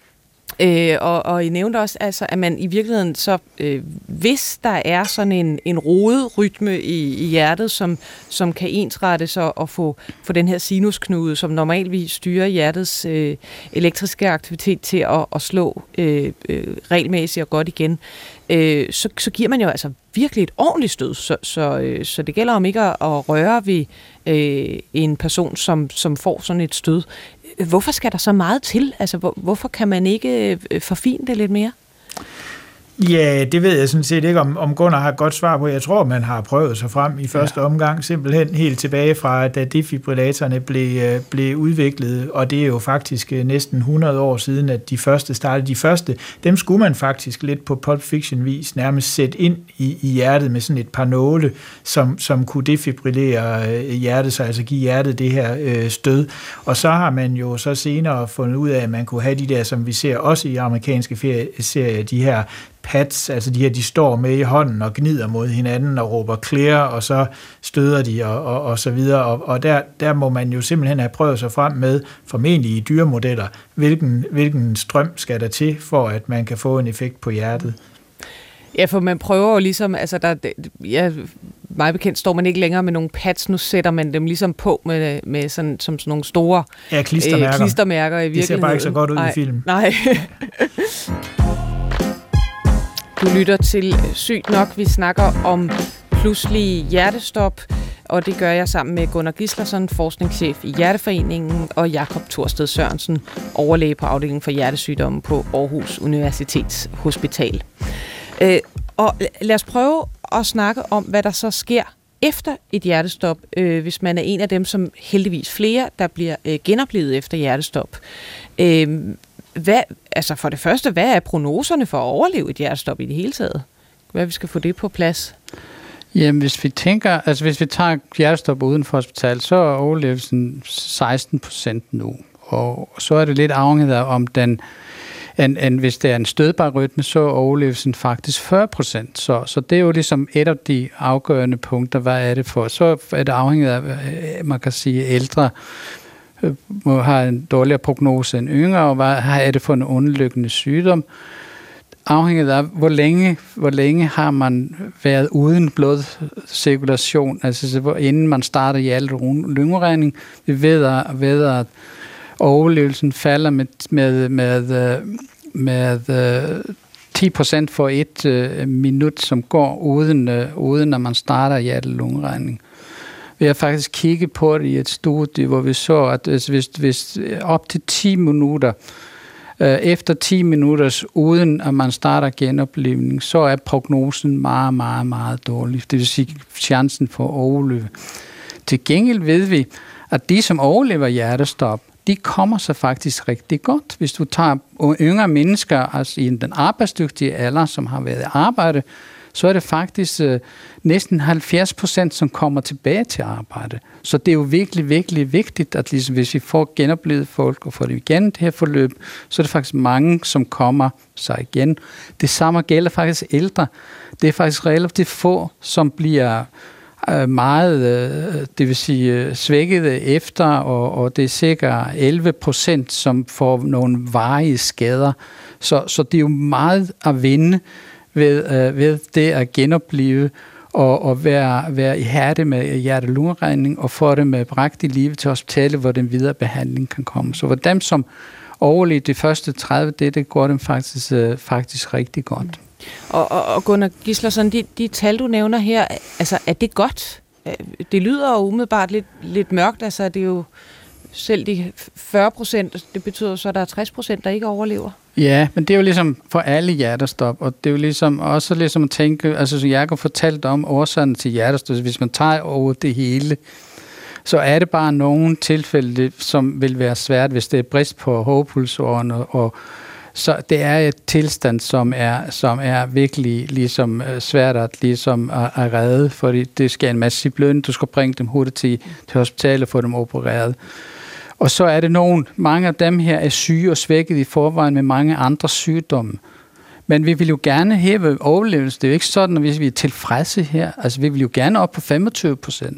og I nævnte også, altså, at man i virkeligheden så, hvis der er sådan en rodet rytme i hjertet, som kan ensrettes og få den her sinusknude, som normalvis styrer hjertets elektriske aktivitet til at slå regelmæssigt og godt igen, så giver man jo altså virkelig et ordentligt stød. Så det gælder om ikke at røre ved en person, som får sådan et stød. Hvorfor skal der så meget til? Altså, hvorfor kan man ikke forfine det lidt mere? Ja, det ved jeg sådan set ikke, om Gunnar har et godt svar på. Jeg tror, man har prøvet sig frem i første omgang, simpelthen helt tilbage fra, da defibrillatorerne blev udviklet, og det er jo faktisk næsten 100 år siden, at de første startede. De første, dem skulle man faktisk lidt på Pulp Fiction-vis nærmest sætte ind i hjertet med sådan et par nåle, som kunne defibrillere hjertet, så altså give hjertet det her stød. Og så har man jo så senere fundet ud af, at man kunne have de der, som vi ser også i amerikanske serier, de her pads, altså de her, de står med i hånden og gnider mod hinanden og råber clear, og så støder de og så videre. Og der må man jo simpelthen have prøvet sig frem med, formentlig i dyremodeller, hvilken strøm skal der til, for at man kan få en effekt på hjertet. Ja, for man prøver jo ligesom, altså meget bekendt står man ikke længere med nogle pads, nu sætter man dem ligesom på med sådan nogle store klistermærker i virkeligheden. Det ser bare ikke så godt ud i filmen. Nej. Du lytter til Sygt Nok. Vi snakker om pludselig hjertestop, og det gør jeg sammen med Gunnar Gislason, forskningschef i Hjerteforeningen, og Jakob Thorsted Sørensen, overlæge på afdelingen for hjertesygdomme på Aarhus Universitetshospital. Og lad os prøve at snakke om, hvad der så sker efter et hjertestop, hvis man er en af dem, som heldigvis flere, der bliver genoplevet efter hjertestop. For det første, hvad er prognoserne for at overleve et hjertestop i det hele taget? Hvad vi skal få det på plads? Jamen, hvis vi tager hjertestop uden for hospital, så er overlevelsen 16% nu. og så er det lidt afhængigt af, om hvis det er en stødbar rytme, så er overlevelsen faktisk 40%. Så det er jo ligesom et af de afgørende punkter, hvad er det for. Så er det afhængigt af, man kan sige, ældre har en dårligere prognose end yngre, og hvad er det for en underliggende sygdom. Afhængigt af, hvor længe har man været uden blodcirkulation, altså inden man starter hjerte-lungeregning. Vi ved, at overlevelsen falder med 10% for et minut, som går uden at man starter hjerte-lungeregning. Vi har faktisk kigget på det i et studie, hvor vi så, at hvis op til 10 minutter, efter 10 minutter, uden at man starter genoplivning, så er prognosen meget, meget, meget dårlig. Det vil sige, chancen for at overleve. Til gengæld ved vi, at de, som overlever hjertestop, de kommer sig faktisk rigtig godt. Hvis du tager yngre mennesker, altså i den arbejdsdygtige alder, som har været i arbejde, så er det faktisk næsten 70%, som kommer tilbage til arbejde. Så det er jo virkelig, virkelig vigtigt, at ligesom, hvis vi får genoplevet folk og får det igen det her forløb, så er det faktisk mange, som kommer sig igen. Det samme gælder faktisk ældre. Det er faktisk relativt få, som bliver meget, det vil sige svækket efter, og det er sikkert 11%, som får nogle varige skader. Så det er jo meget at vinde ved det at genopleve og være i hærde med hjerte-lungeregning og få det med bragt i live til hospitalet, hvor den videre behandling kan komme. Så for dem, som overlever de første 30 dage, det går dem faktisk rigtig godt. Og Gunnar Gislason, de tal, du nævner her, altså er det godt? Det lyder jo umiddelbart lidt mørkt, altså det er jo selv de 40%, det betyder så, at der er 60%, der ikke overlever. Ja, men det er jo ligesom for alle hjertestop, og det er jo ligesom også ligesom at tænke, altså som Jakob fortalte om årsagen til hjertestop, hvis man tager over det hele, så er det bare nogle tilfælde, som vil være svært, hvis det er brist på hovedpulsårene, og så det er et tilstand, som er virkelig ligesom svært at redde, fordi det skal en masse blødning, du skal bringe dem hurtigt til hospitalet og få dem opereret. Og så er det mange af dem her er syge og svækket i forvejen med mange andre sygdomme. Men vi vil jo gerne hæve overlevelse. Det er jo ikke sådan, at vi er tilfredse her. Altså vi vil jo gerne op på 25%.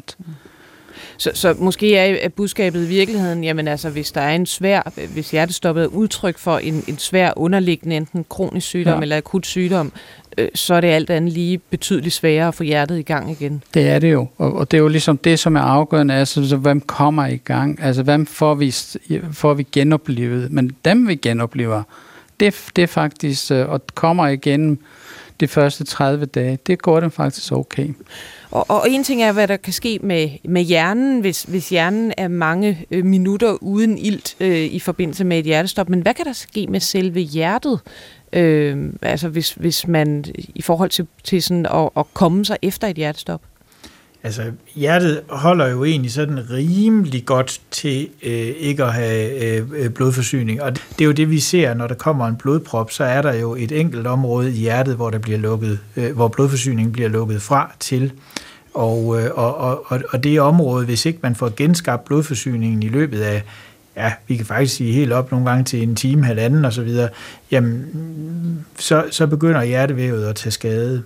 Så måske er budskabet i virkeligheden, jamen altså hvis der er hvis hjertestoppet er udtryk for en svær underliggende, enten kronisk sygdom eller akut sygdom, så er det alt andet lige betydeligt sværere at få hjertet i gang igen. Det er det jo, og det er jo ligesom det, som er afgørende, altså så hvem kommer i gang, altså hvem får vi genoplevet, men dem vi genoplever, det er faktisk, og kommer igen de første 30 dage, det går dem faktisk okay. Og en ting er, hvad der kan ske med hjernen, hvis hjernen er mange minutter uden ilt i forbindelse med et hjertestop. Men hvad kan der ske med selve hjertet? Altså hvis man i forhold til sådan at komme sig efter et hjertestop? Altså hjertet holder jo egentlig sådan rimelig godt til ikke at have blodforsyning. Og det er jo det, vi ser, når der kommer en blodprop, så er der jo et enkelt område i hjertet, hvor der bliver lukket, hvor blodforsyningen bliver lukket fra til. Og det område, hvis ikke man får genskabt blodforsyningen i løbet af, vi kan faktisk sige helt op nogle gange til en time, halvanden og så videre, jamen, så begynder hjertevævet at tage skade.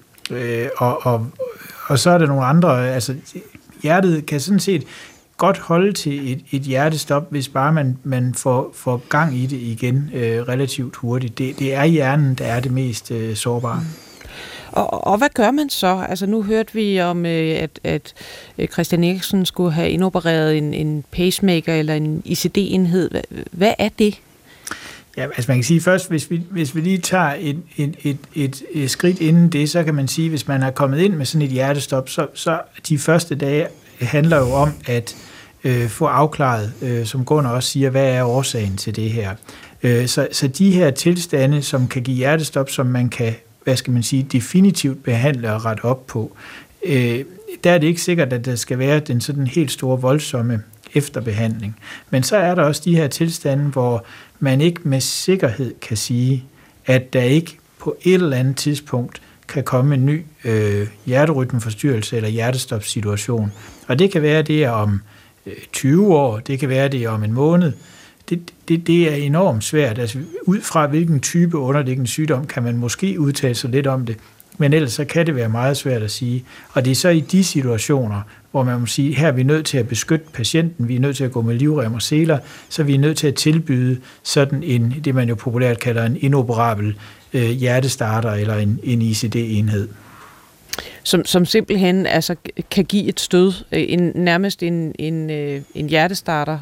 Og så er der nogle andre, altså hjertet kan sådan set godt holde til et hjertestop, hvis bare man får gang i det igen relativt hurtigt. Det er hjernen, der er det mest sårbare. Og hvad gør man så? Altså nu hørte vi om, at Christian Eriksen skulle have indopereret en pacemaker eller en ICD-enhed. Hvad er det? Ja, altså man kan sige først, hvis vi lige tager et skridt inden det, så kan man sige, hvis man har kommet ind med sådan et hjertestop, så de første dage handler jo om at få afklaret, som Gunnar også siger, hvad er årsagen til det her. Så de her tilstande, som kan give hjertestop, som man kan, definitivt behandle og rette op på, der er det ikke sikkert, at der skal være den sådan helt store, voldsomme efterbehandling. Men så er der også de her tilstande, hvor man ikke med sikkerhed kan sige, at der ikke på et eller andet tidspunkt kan komme en ny hjerterytmeforstyrrelse eller hjertestopsituation. Og det kan være det om 20 år, det kan være det om en måned, det er enormt svært. Altså, ud fra hvilken type underliggende sygdom kan man måske udtale sig lidt om det, men ellers så kan det være meget svært at sige. Og det er så i de situationer, hvor man må sige, her er vi nødt til at beskytte patienten, vi er nødt til at gå med livrem og seler, så vi er nødt til at tilbyde sådan en, det man jo populært kalder en inoperabel hjertestarter eller en ICD-enhed. Som simpelthen altså, kan give et stød, nærmest en hjertestarter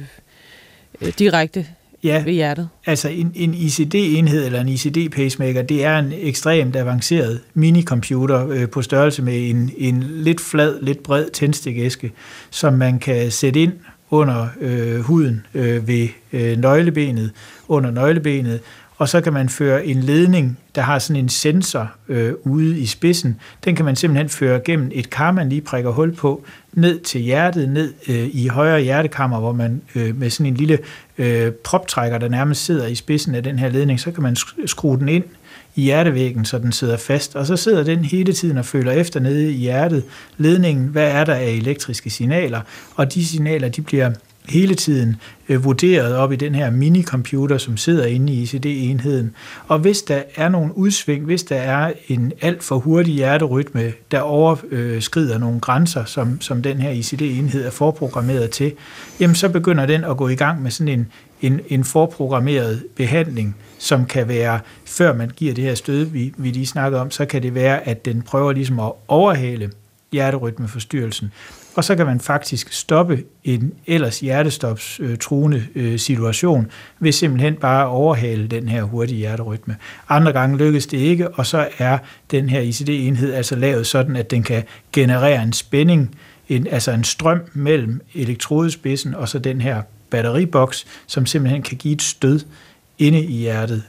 direkte ved hjertet. Altså en ICD-enhed eller en ICD-pacemaker, det er en ekstremt avanceret minicomputer på størrelse med en lidt flad, lidt bred tændstikæske, som man kan sætte ind under huden ved nøglebenet, under nøglebenet, og så kan man føre en ledning, der har sådan en sensor ude i spidsen. Den kan man simpelthen føre gennem et kar, man lige prikker hul på, ned til hjertet, ned i højre hjertekammer, hvor man med sådan en lille proptrækker, der nærmest sidder i spidsen af den her ledning, så kan man skrue den ind i hjertevæggen, så den sidder fast. Og så sidder den hele tiden og føler efter nede i hjertet, ledningen, hvad er der af elektriske signaler, og de signaler, de bliver hele tiden vurderet op i den her minicomputer, som sidder inde i ICD-enheden. Og hvis der er nogle udsving, hvis der er en alt for hurtig hjerterytme, der overskrider nogle grænser, som den her ICD-enhed er forprogrammeret til, jamen så begynder den at gå i gang med sådan en forprogrammeret behandling, som kan være, før man giver det her stød, vi lige snakkede om, så kan det være, at den prøver ligesom at overhale hjerterytmeforstyrrelsen. Og så kan man faktisk stoppe en ellers hjertestopstruende situation ved simpelthen bare at overhale den her hurtige hjerterytme. Andre gange lykkes det ikke, og så er den her ICD-enhed altså lavet sådan, at den kan generere en spænding, altså en strøm mellem elektrodespidsen og så den her batteriboks, som simpelthen kan give et stød inde i hjertet.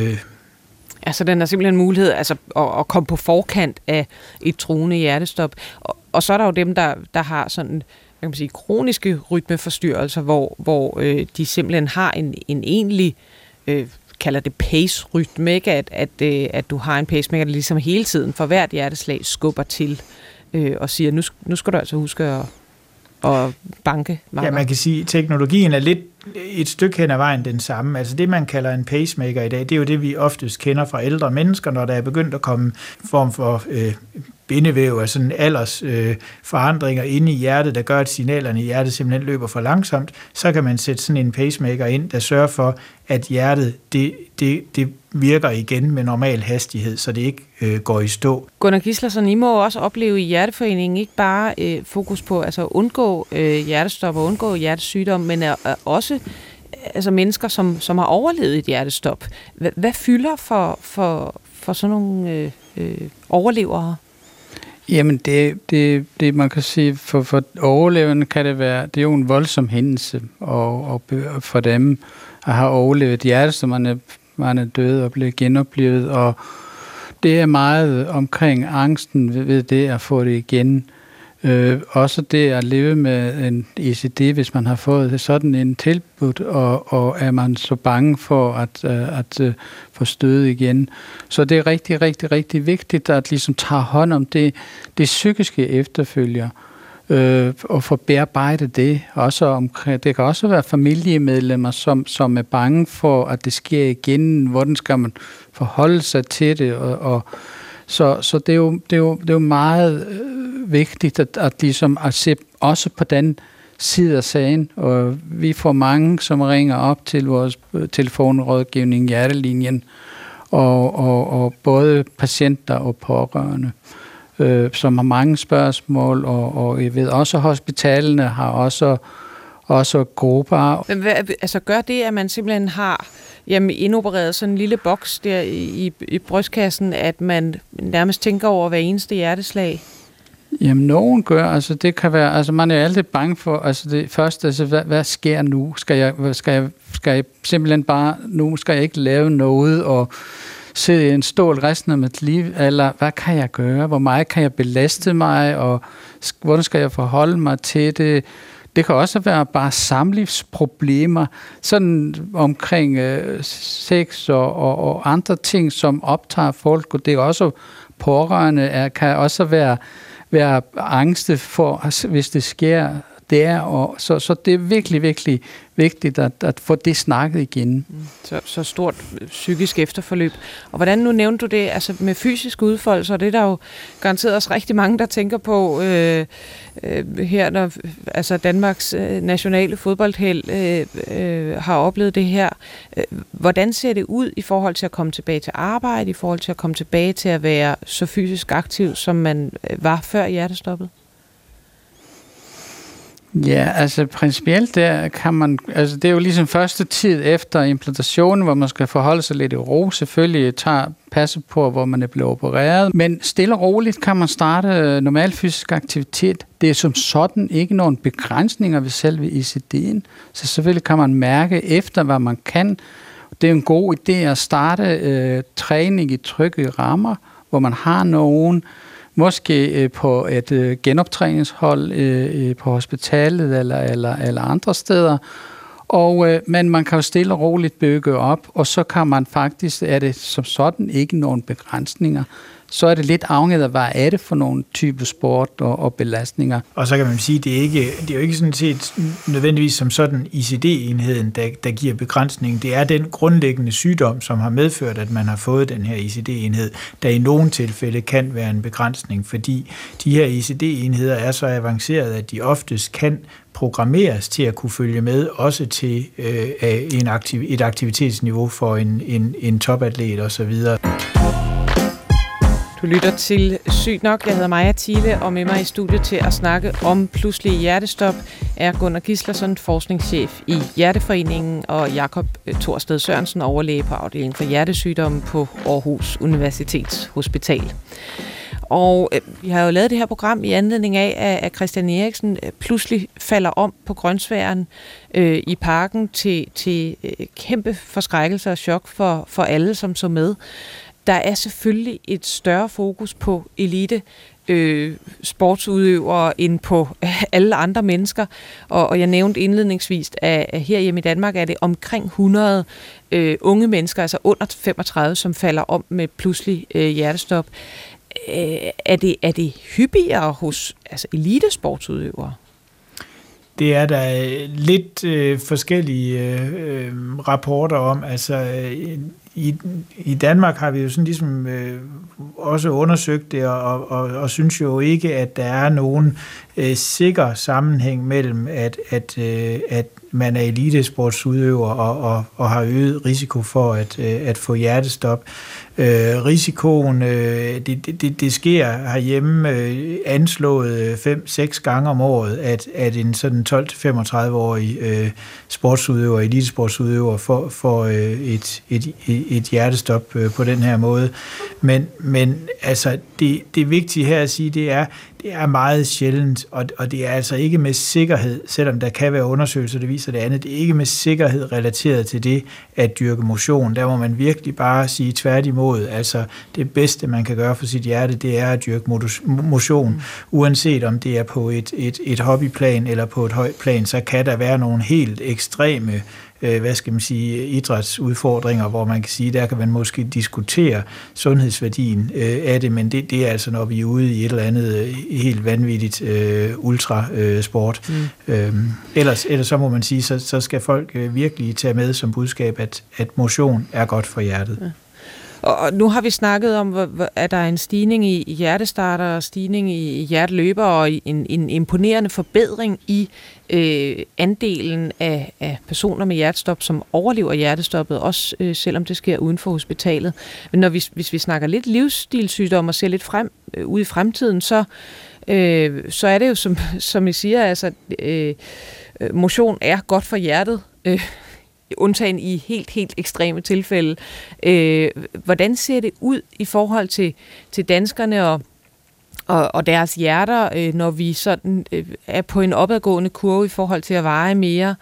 Altså den har simpelthen mulighed altså, at komme på forkant af et truende hjertestop. Og så er der jo dem, der har sådan, hvad kan man sige, kroniske rytmeforstyrrelser, hvor de simpelthen har en egentlig, kalder det pace-rytme, ikke? At du har en pacemaker, der ligesom hele tiden for hvert hjerteslag skubber til og siger, nu skal du altså huske at banke. Ja, man kan sige, at teknologien er lidt et stykke hen ad vejen den samme. Altså det, man kalder en pacemaker i dag, det er jo det, vi oftest kender fra ældre mennesker, når der er begyndt at komme form for bindevæv af sådan aldersforandringer inde i hjertet, der gør, at signalerne i hjertet simpelthen løber for langsomt, så kan man sætte sådan en pacemaker ind, der sørger for, at hjertet det virker igen med normal hastighed, så det ikke går i stå. Gunnar Gislason, I må også opleve i Hjerteforeningen ikke bare fokus på altså at undgå hjertestop og undgå hjertesygdom, men også altså mennesker, som har overlevet et hjertestop. Hvad fylder for sådan nogle overlevere? Jamen, det man kan sige, for overlevende kan det være, det er jo en voldsom hændelse, og for dem at have overlevet hjertestop, man er død og blevet genoplevet, og det er meget omkring angsten ved det at få det igen. Også det at leve med en ECD, hvis man har fået sådan en tilbud, og er man så bange for at få stød igen. Så det er rigtig, rigtig, rigtig vigtigt, at ligesom tager hånd om det psykiske efterfølger, og få bearbejdet det. Det kan også være familiemedlemmer, som er bange for, at det sker igen. Hvordan skal man forholde sig til det? Så det er jo meget vigtigt at ligesom at se også på den side af sagen. Og vi får mange, som ringer op til vores telefonrådgivning Hjertelinjen, og både patienter og pårørende, som har mange spørgsmål, og jeg ved også, hospitalerne har også grupper. Men altså gør det, at man simpelthen har indopereret sådan en lille boks der i brystkassen, at man nærmest tænker over hver eneste hjerteslag? Jamen, nogen gør, altså det kan være, altså man er altid bange for, altså det første, altså hvad sker nu? Skal jeg simpelthen bare, nu skal jeg ikke lave noget og sidde i en stol resten af mit liv, eller hvad kan jeg gøre? Hvor meget kan jeg belaste mig, og hvordan skal jeg forholde mig til det? Det kan også være bare samlivsproblemer, sådan omkring sex og andre ting, som optager folk, og det er også pårørende, kan også være angste for, hvis det sker, Det er, så det er virkelig, virkelig vigtigt at få det snakket igen. Så stort psykisk efterforløb. Og hvordan, nu nævnte du det, altså med fysisk udfoldelse, og det er der jo garanteret også rigtig mange, der tænker på her, når altså Danmarks nationale fodboldheld har oplevet det her. Hvordan ser det ud i forhold til at komme tilbage til arbejde, i forhold til at komme tilbage til at være så fysisk aktiv, som man var før hjertestoppet? Ja, altså principielt der kan man, altså det er jo ligesom første tid efter implantationen, hvor man skal forholde sig lidt i ro, selvfølgelig passe på, hvor man er blevet opereret, men stille og roligt kan man starte normal fysisk aktivitet. Det er som sådan ikke nogen begrænsninger ved selve ICD'en, så selvfølgelig kan man mærke efter, hvad man kan. Det er en god idé at starte træning i trygge rammer, hvor man har nogen, måske på et genoptræningshold på hospitalet eller andre steder. Men man kan jo stille og roligt bygge op, og så kan man faktisk, er det som sådan ikke nogen begrænsninger. Så er det lidt afhængigt af, hvad er det for nogle typer sport og belastninger. Og så kan man sige, det er jo ikke sådan set nødvendigvis som sådan ICD-enheden, der giver begrænsning. Det er den grundlæggende sygdom, som har medført, at man har fået den her ICD-enhed, der i nogle tilfælde kan være en begrænsning, fordi de her ICD-enheder er så avancerede, at de oftest kan programmeres til at kunne følge med, også til et aktivitetsniveau for en topatlet osv. Du lytter til Sygt nok. Jeg hedder Maja Thiele, og med mig i studiet til at snakke om pludselig hjertestop er Gunnar Gislason, forskningschef i Hjerteforeningen, og Jakob Thorsted Sørensen, overlæge på afdelingen for hjertesygdomme på Aarhus Universitetshospital. Og vi har jo lavet det her program i anledning af, at Christian Eriksen pludselig falder om på grønsværen i parken til kæmpe forskrækkelse og chok for alle, som så med. Der er selvfølgelig et større fokus på elite sportsudøvere end på alle andre mennesker. Og jeg nævnte indledningsvis, at herhjemme i Danmark er det omkring 100 unge mennesker, altså under 35, som falder om med pludselig hjertestop. Er det hyppigere hos elitesportsudøvere? Det er der lidt forskellige rapporter om. Altså i Danmark har vi jo sådan ligesom også undersøgt det, og synes jo ikke, at der er nogen sikker sammenhæng mellem, at man er elitesportsudøver og har øget risiko for at få hjertestop. Risikoen, det sker herhjemme anslået 5-6 gange om året, at en sådan 12-35-årig sportsudøver, elitesportsudøver får et hjertestop på den her måde. Men altså det vigtige her at sige, det er meget sjældent, og det er altså ikke med sikkerhed, selvom der kan være undersøgelser, der viser det andet, det er ikke med sikkerhed relateret til det at dyrke motion. Der må man virkelig bare sige tværtimod, altså det bedste, man kan gøre for sit hjerte, det er at dyrke motion. Uanset om det er på et hobbyplan eller på et højt plan, så kan der være nogle helt ekstreme idrætsudfordringer, hvor man kan sige, der kan man måske diskutere sundhedsværdien af det, men det er altså, når vi er ude i et eller andet helt vanvittigt ultrasport. Ellers så må man sige, så skal folk virkelig tage med som budskab, at motion er godt for hjertet. Ja. Og nu har vi snakket om, at der er en stigning i hjertestarter, stigning i hjerteløber og en imponerende forbedring i andelen af personer med hjertestop, som overlever hjertestoppet, også selvom det sker uden for hospitalet. Men hvis vi snakker lidt livsstilssygdom og ser lidt ud i fremtiden, så er det jo, som I siger, altså motion er godt for hjertet, undtagen i helt ekstreme tilfælde. Hvordan ser det ud i forhold til danskerne og deres hjerter, når vi sådan er på en opadgående kurve i forhold til at veje mere?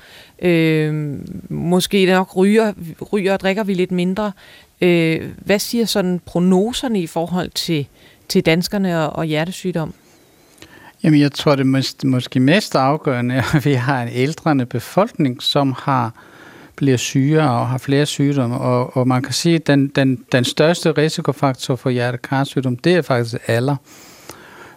Måske nok ryger og drikker vi lidt mindre. Hvad siger sådan prognoserne i forhold til danskerne og hjertesygdom? Jamen, jeg tror, det måske mest afgørende er, at vi har en ældrende befolkning, som bliver syge og har flere sygdomme, og man kan sige, at den største risikofaktor for hjerte-karsygdom, det er faktisk alder.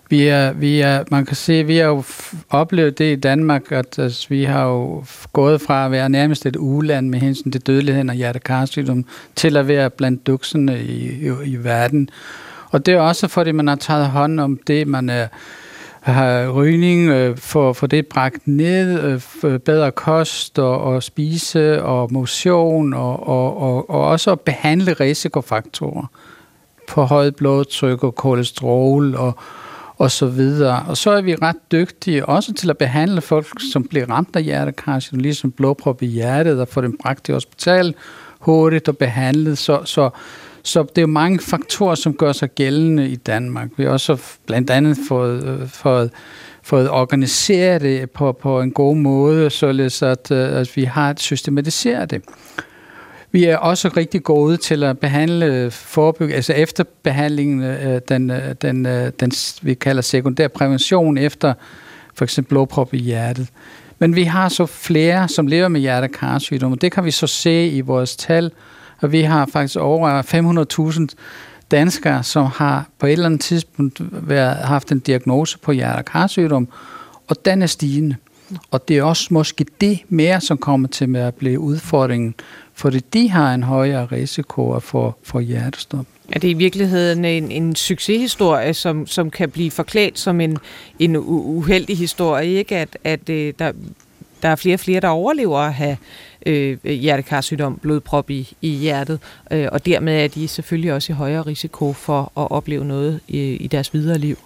Man kan se, vi har jo oplevet det i Danmark, at vi har jo gået fra at være nærmest et uland med hensyn til dødeligheden og hjerte-karsygdom, til at være blandt duksene i verden. Og det er også fordi, man har taget hånd om det, man har rygning, for det bragt ned, bedre kost og spise og motion, og også at behandle risikofaktorer på højt blodtryk og kolesterol og så videre. Og så er vi ret dygtige også til at behandle folk, som bliver ramt af hjertekarsygdom, ligesom blodprop i hjertet, og få dem bragt til hospital hurtigt og behandlet. Så det er mange faktorer, som gør sig gældende i Danmark. Vi har også blandt andet fået organiseret det på en god måde, således at vi har systematiseret det. Vi er også rigtig gode til at behandle, forebygge, altså efter behandlingen, den vi kalder sekundær prævention efter for eksempel blodprop i hjertet. Men vi har så flere, som lever med hjerte-karsygdom, og det kan vi så se i vores tal, og vi har faktisk over 500.000 danskere, som har på et eller andet tidspunkt haft en diagnose på hjerte-karsygdom, og den er stigende. Og det er også måske det mere, som kommer til med at blive udfordringen, fordi de har en højere risiko for hjertestop. Er det i virkeligheden en succeshistorie, som kan blive forklædt som en uheldig historie, ikke? At der er flere og flere, der overlever at have hjertekarsygdom, blodprop i hjertet, og dermed er de selvfølgelig også i højere risiko for at opleve noget i deres videre liv.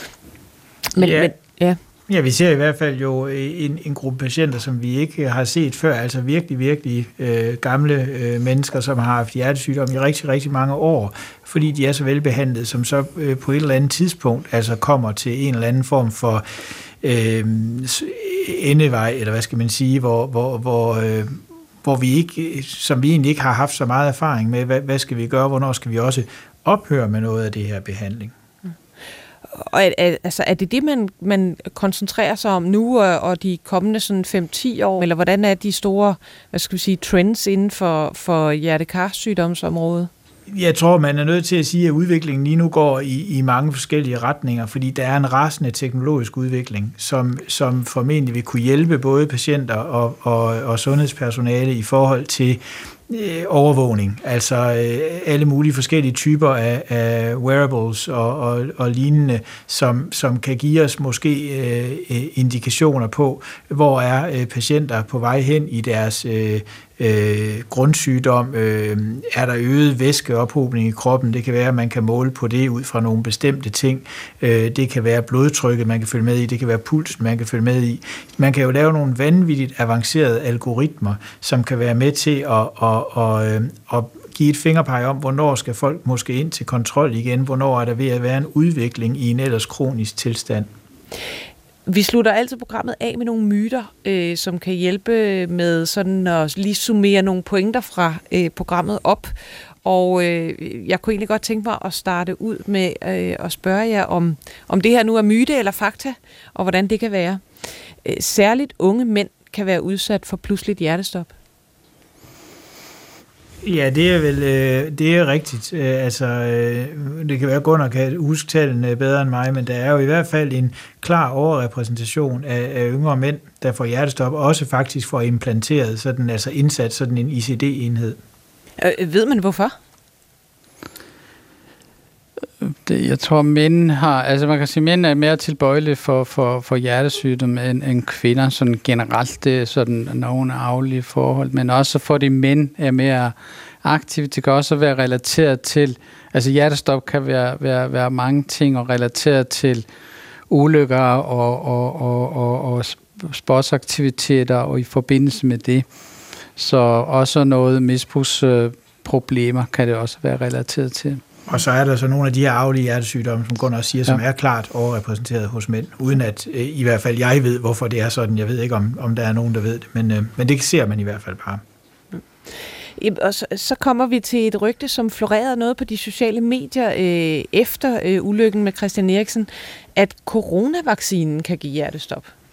Ja, vi ser i hvert fald jo en gruppe patienter, som vi ikke har set før, altså virkelig, virkelig gamle mennesker, som har haft hjertesygdom i rigtig, rigtig mange år, fordi de er så velbehandlet, som så på et eller andet tidspunkt altså kommer til en eller anden form for endevej, eller hvad skal man sige, hvor vi ikke, som vi egentlig ikke har haft så meget erfaring med, hvad skal vi gøre, hvornår skal vi også ophøre med noget af det her behandling. Og er det man koncentrerer sig om nu og de kommende sådan 5-10 år, eller hvordan er de store, hvad skal vi sige, trends inden for hjerte-karsygdomsområdet? Jeg tror, man er nødt til at sige, at udviklingen lige nu går i mange forskellige retninger, fordi der er en rasende teknologisk udvikling, som formentlig vil kunne hjælpe både patienter og sundhedspersonale i forhold til overvågning, altså alle mulige forskellige typer af wearables og lignende, som kan give os måske indikationer på, hvor er patienter på vej hen i deres grundsygdom, er der øget væskeophobning i kroppen, det kan være, at man kan måle på det ud fra nogle bestemte ting, det kan være blodtrykket, man kan følge med i, det kan være pulsen, man kan følge med i. Man kan jo lave nogle vanvittigt avancerede algoritmer, som kan være med til at give et fingerpeg om, hvornår skal folk måske ind til kontrol igen, hvornår er der ved at være en udvikling i en ellers kronisk tilstand. Vi slutter altid programmet af med nogle myter, som kan hjælpe med sådan at lige summere nogle pointer fra programmet op. Og jeg kunne egentlig godt tænke mig at starte ud med at spørge jer, om det her nu er myte eller fakta, og hvordan det kan være. Særligt unge mænd kan være udsat for pludseligt hjertestop. Ja, det er rigtigt. Det kan være, at Gunnar kan huske tallene bedre end mig, men der er jo i hvert fald en klar overrepræsentation af yngre mænd, der får hjertestop, også faktisk får implanteret sådan, altså indsat sådan en ICD-enhed. Ved man hvorfor? Jeg tror, mænd har, altså man kan sige, mænd er mere tilbøjelige for hjertesygdom end kvinder, sådan generelt. Det er sådan nogle arvelige forhold, men også fordi mænd er mere aktive. Det kan også være relateret til, altså hjertestop kan være mange ting og relateret til ulykker og sportsaktiviteter og i forbindelse med det. Så også noget misbrugsproblemer kan det også være relateret til. Og så er der så nogle af de her arvelige hjertesygdomme, som Gunnar siger, som er klart overrepræsenteret hos mænd, uden at i hvert fald jeg ved, hvorfor det er sådan. Jeg ved ikke, om der er nogen, der ved det, men det ser man i hvert fald bare. Og så kommer vi til et rygte, som florerede noget på de sociale medier efter ulykken med Christian Eriksen, at coronavaccinen kan give hjertestop.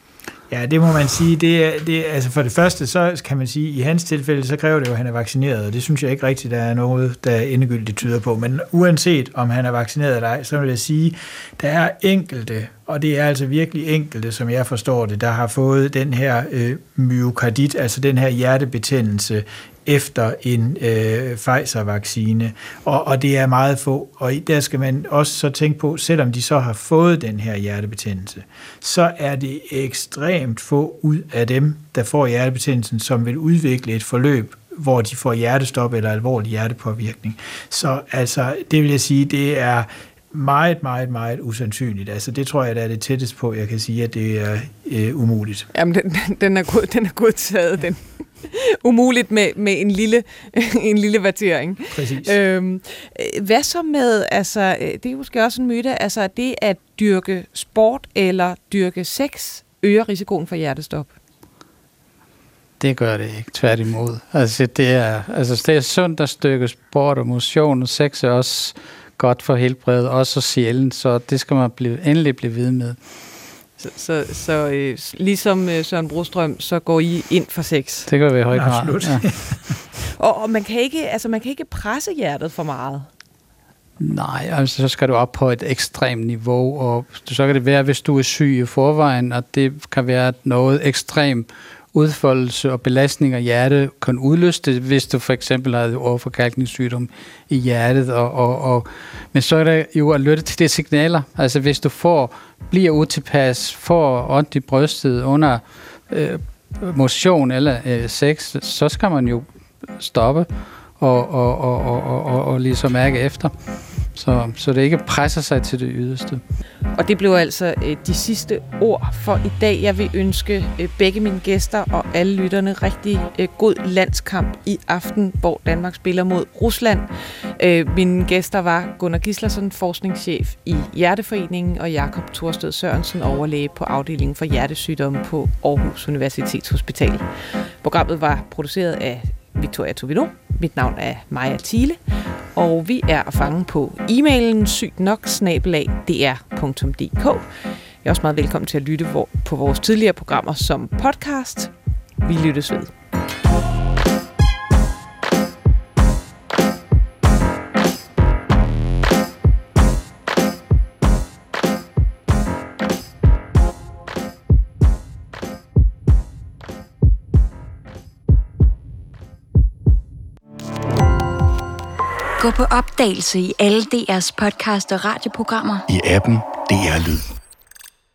Ja, det må man sige. Altså for det første, så kan man sige, at i hans tilfælde, så kræver det jo, at han er vaccineret, og det synes jeg ikke rigtigt, der er noget, der endegyldigt tyder på. Men uanset om han er vaccineret eller ej, så vil jeg sige, der er enkelte, og det er altså virkelig enkelte, som jeg forstår det, der har fået den her myokardit, altså den her hjertebetændelse, efter en Pfizer-vaccine, og det er meget få, og der skal man også så tænke på, selvom de så har fået den her hjertebetændelse, så er det ekstremt få ud af dem, der får hjertebetændelsen, som vil udvikle et forløb, hvor de får hjertestop eller alvorlig hjertepåvirkning. Så altså, det vil jeg sige, det er meget, meget, meget usandsynligt. Altså, det tror jeg, der er det tættest på, jeg kan sige, at det er umuligt. Jamen, den er godtaget, den. Umuligt med en lille vertering. Præcis. Hvad så med, altså, det er måske også en myte, altså det at dyrke sport eller dyrke sex øger risikoen for hjertestop? Det gør det ikke, tværtimod. Altså det er sundt at dyrke sport og motion, og sex er også godt for helbredet, også sjælen, så det skal man endelig blive ved med. Så ligesom Søren Brostrøm, så går I ind for sex? Det gør vi i høj grad. Absolut. Ja. Og man kan ikke presse hjertet for meget? Nej, altså så skal du op på et ekstremt niveau, og så kan det være, hvis du er syg i forvejen, og det kan være noget ekstrem udfoldelse og belastning af hjertet kan udløse det, hvis du for eksempel har overforkalkningssygdom i hjertet. Men så er det jo at lytte til de signaler. Altså hvis du bliver utilpas, får ondt i brystet under motion eller sex, så skal man jo stoppe og ligesom mærke efter. Så det ikke presser sig til det yderste. Og det blev altså de sidste ord for i dag. Jeg vil ønske begge mine gæster og alle lytterne rigtig god landskamp i aften, hvor Danmark spiller mod Rusland. Mine gæster var Gunnar Gislason, forskningschef i Hjerteforeningen, og Jakob Thorsted Sørensen, overlæge på afdelingen for hjertesygdomme på Aarhus Universitetshospital. Programmet var produceret af Victoria Tovino. Mit navn er Maja Thiele, og vi er at fange på e-mailen sygnok@dr.dk. Jeg er også meget velkommen til at lytte på vores tidligere programmer som podcast. Vi lyttes ved. Gå på opdagelse i alle DR's podcast og radioprogrammer. I appen DR Lyd.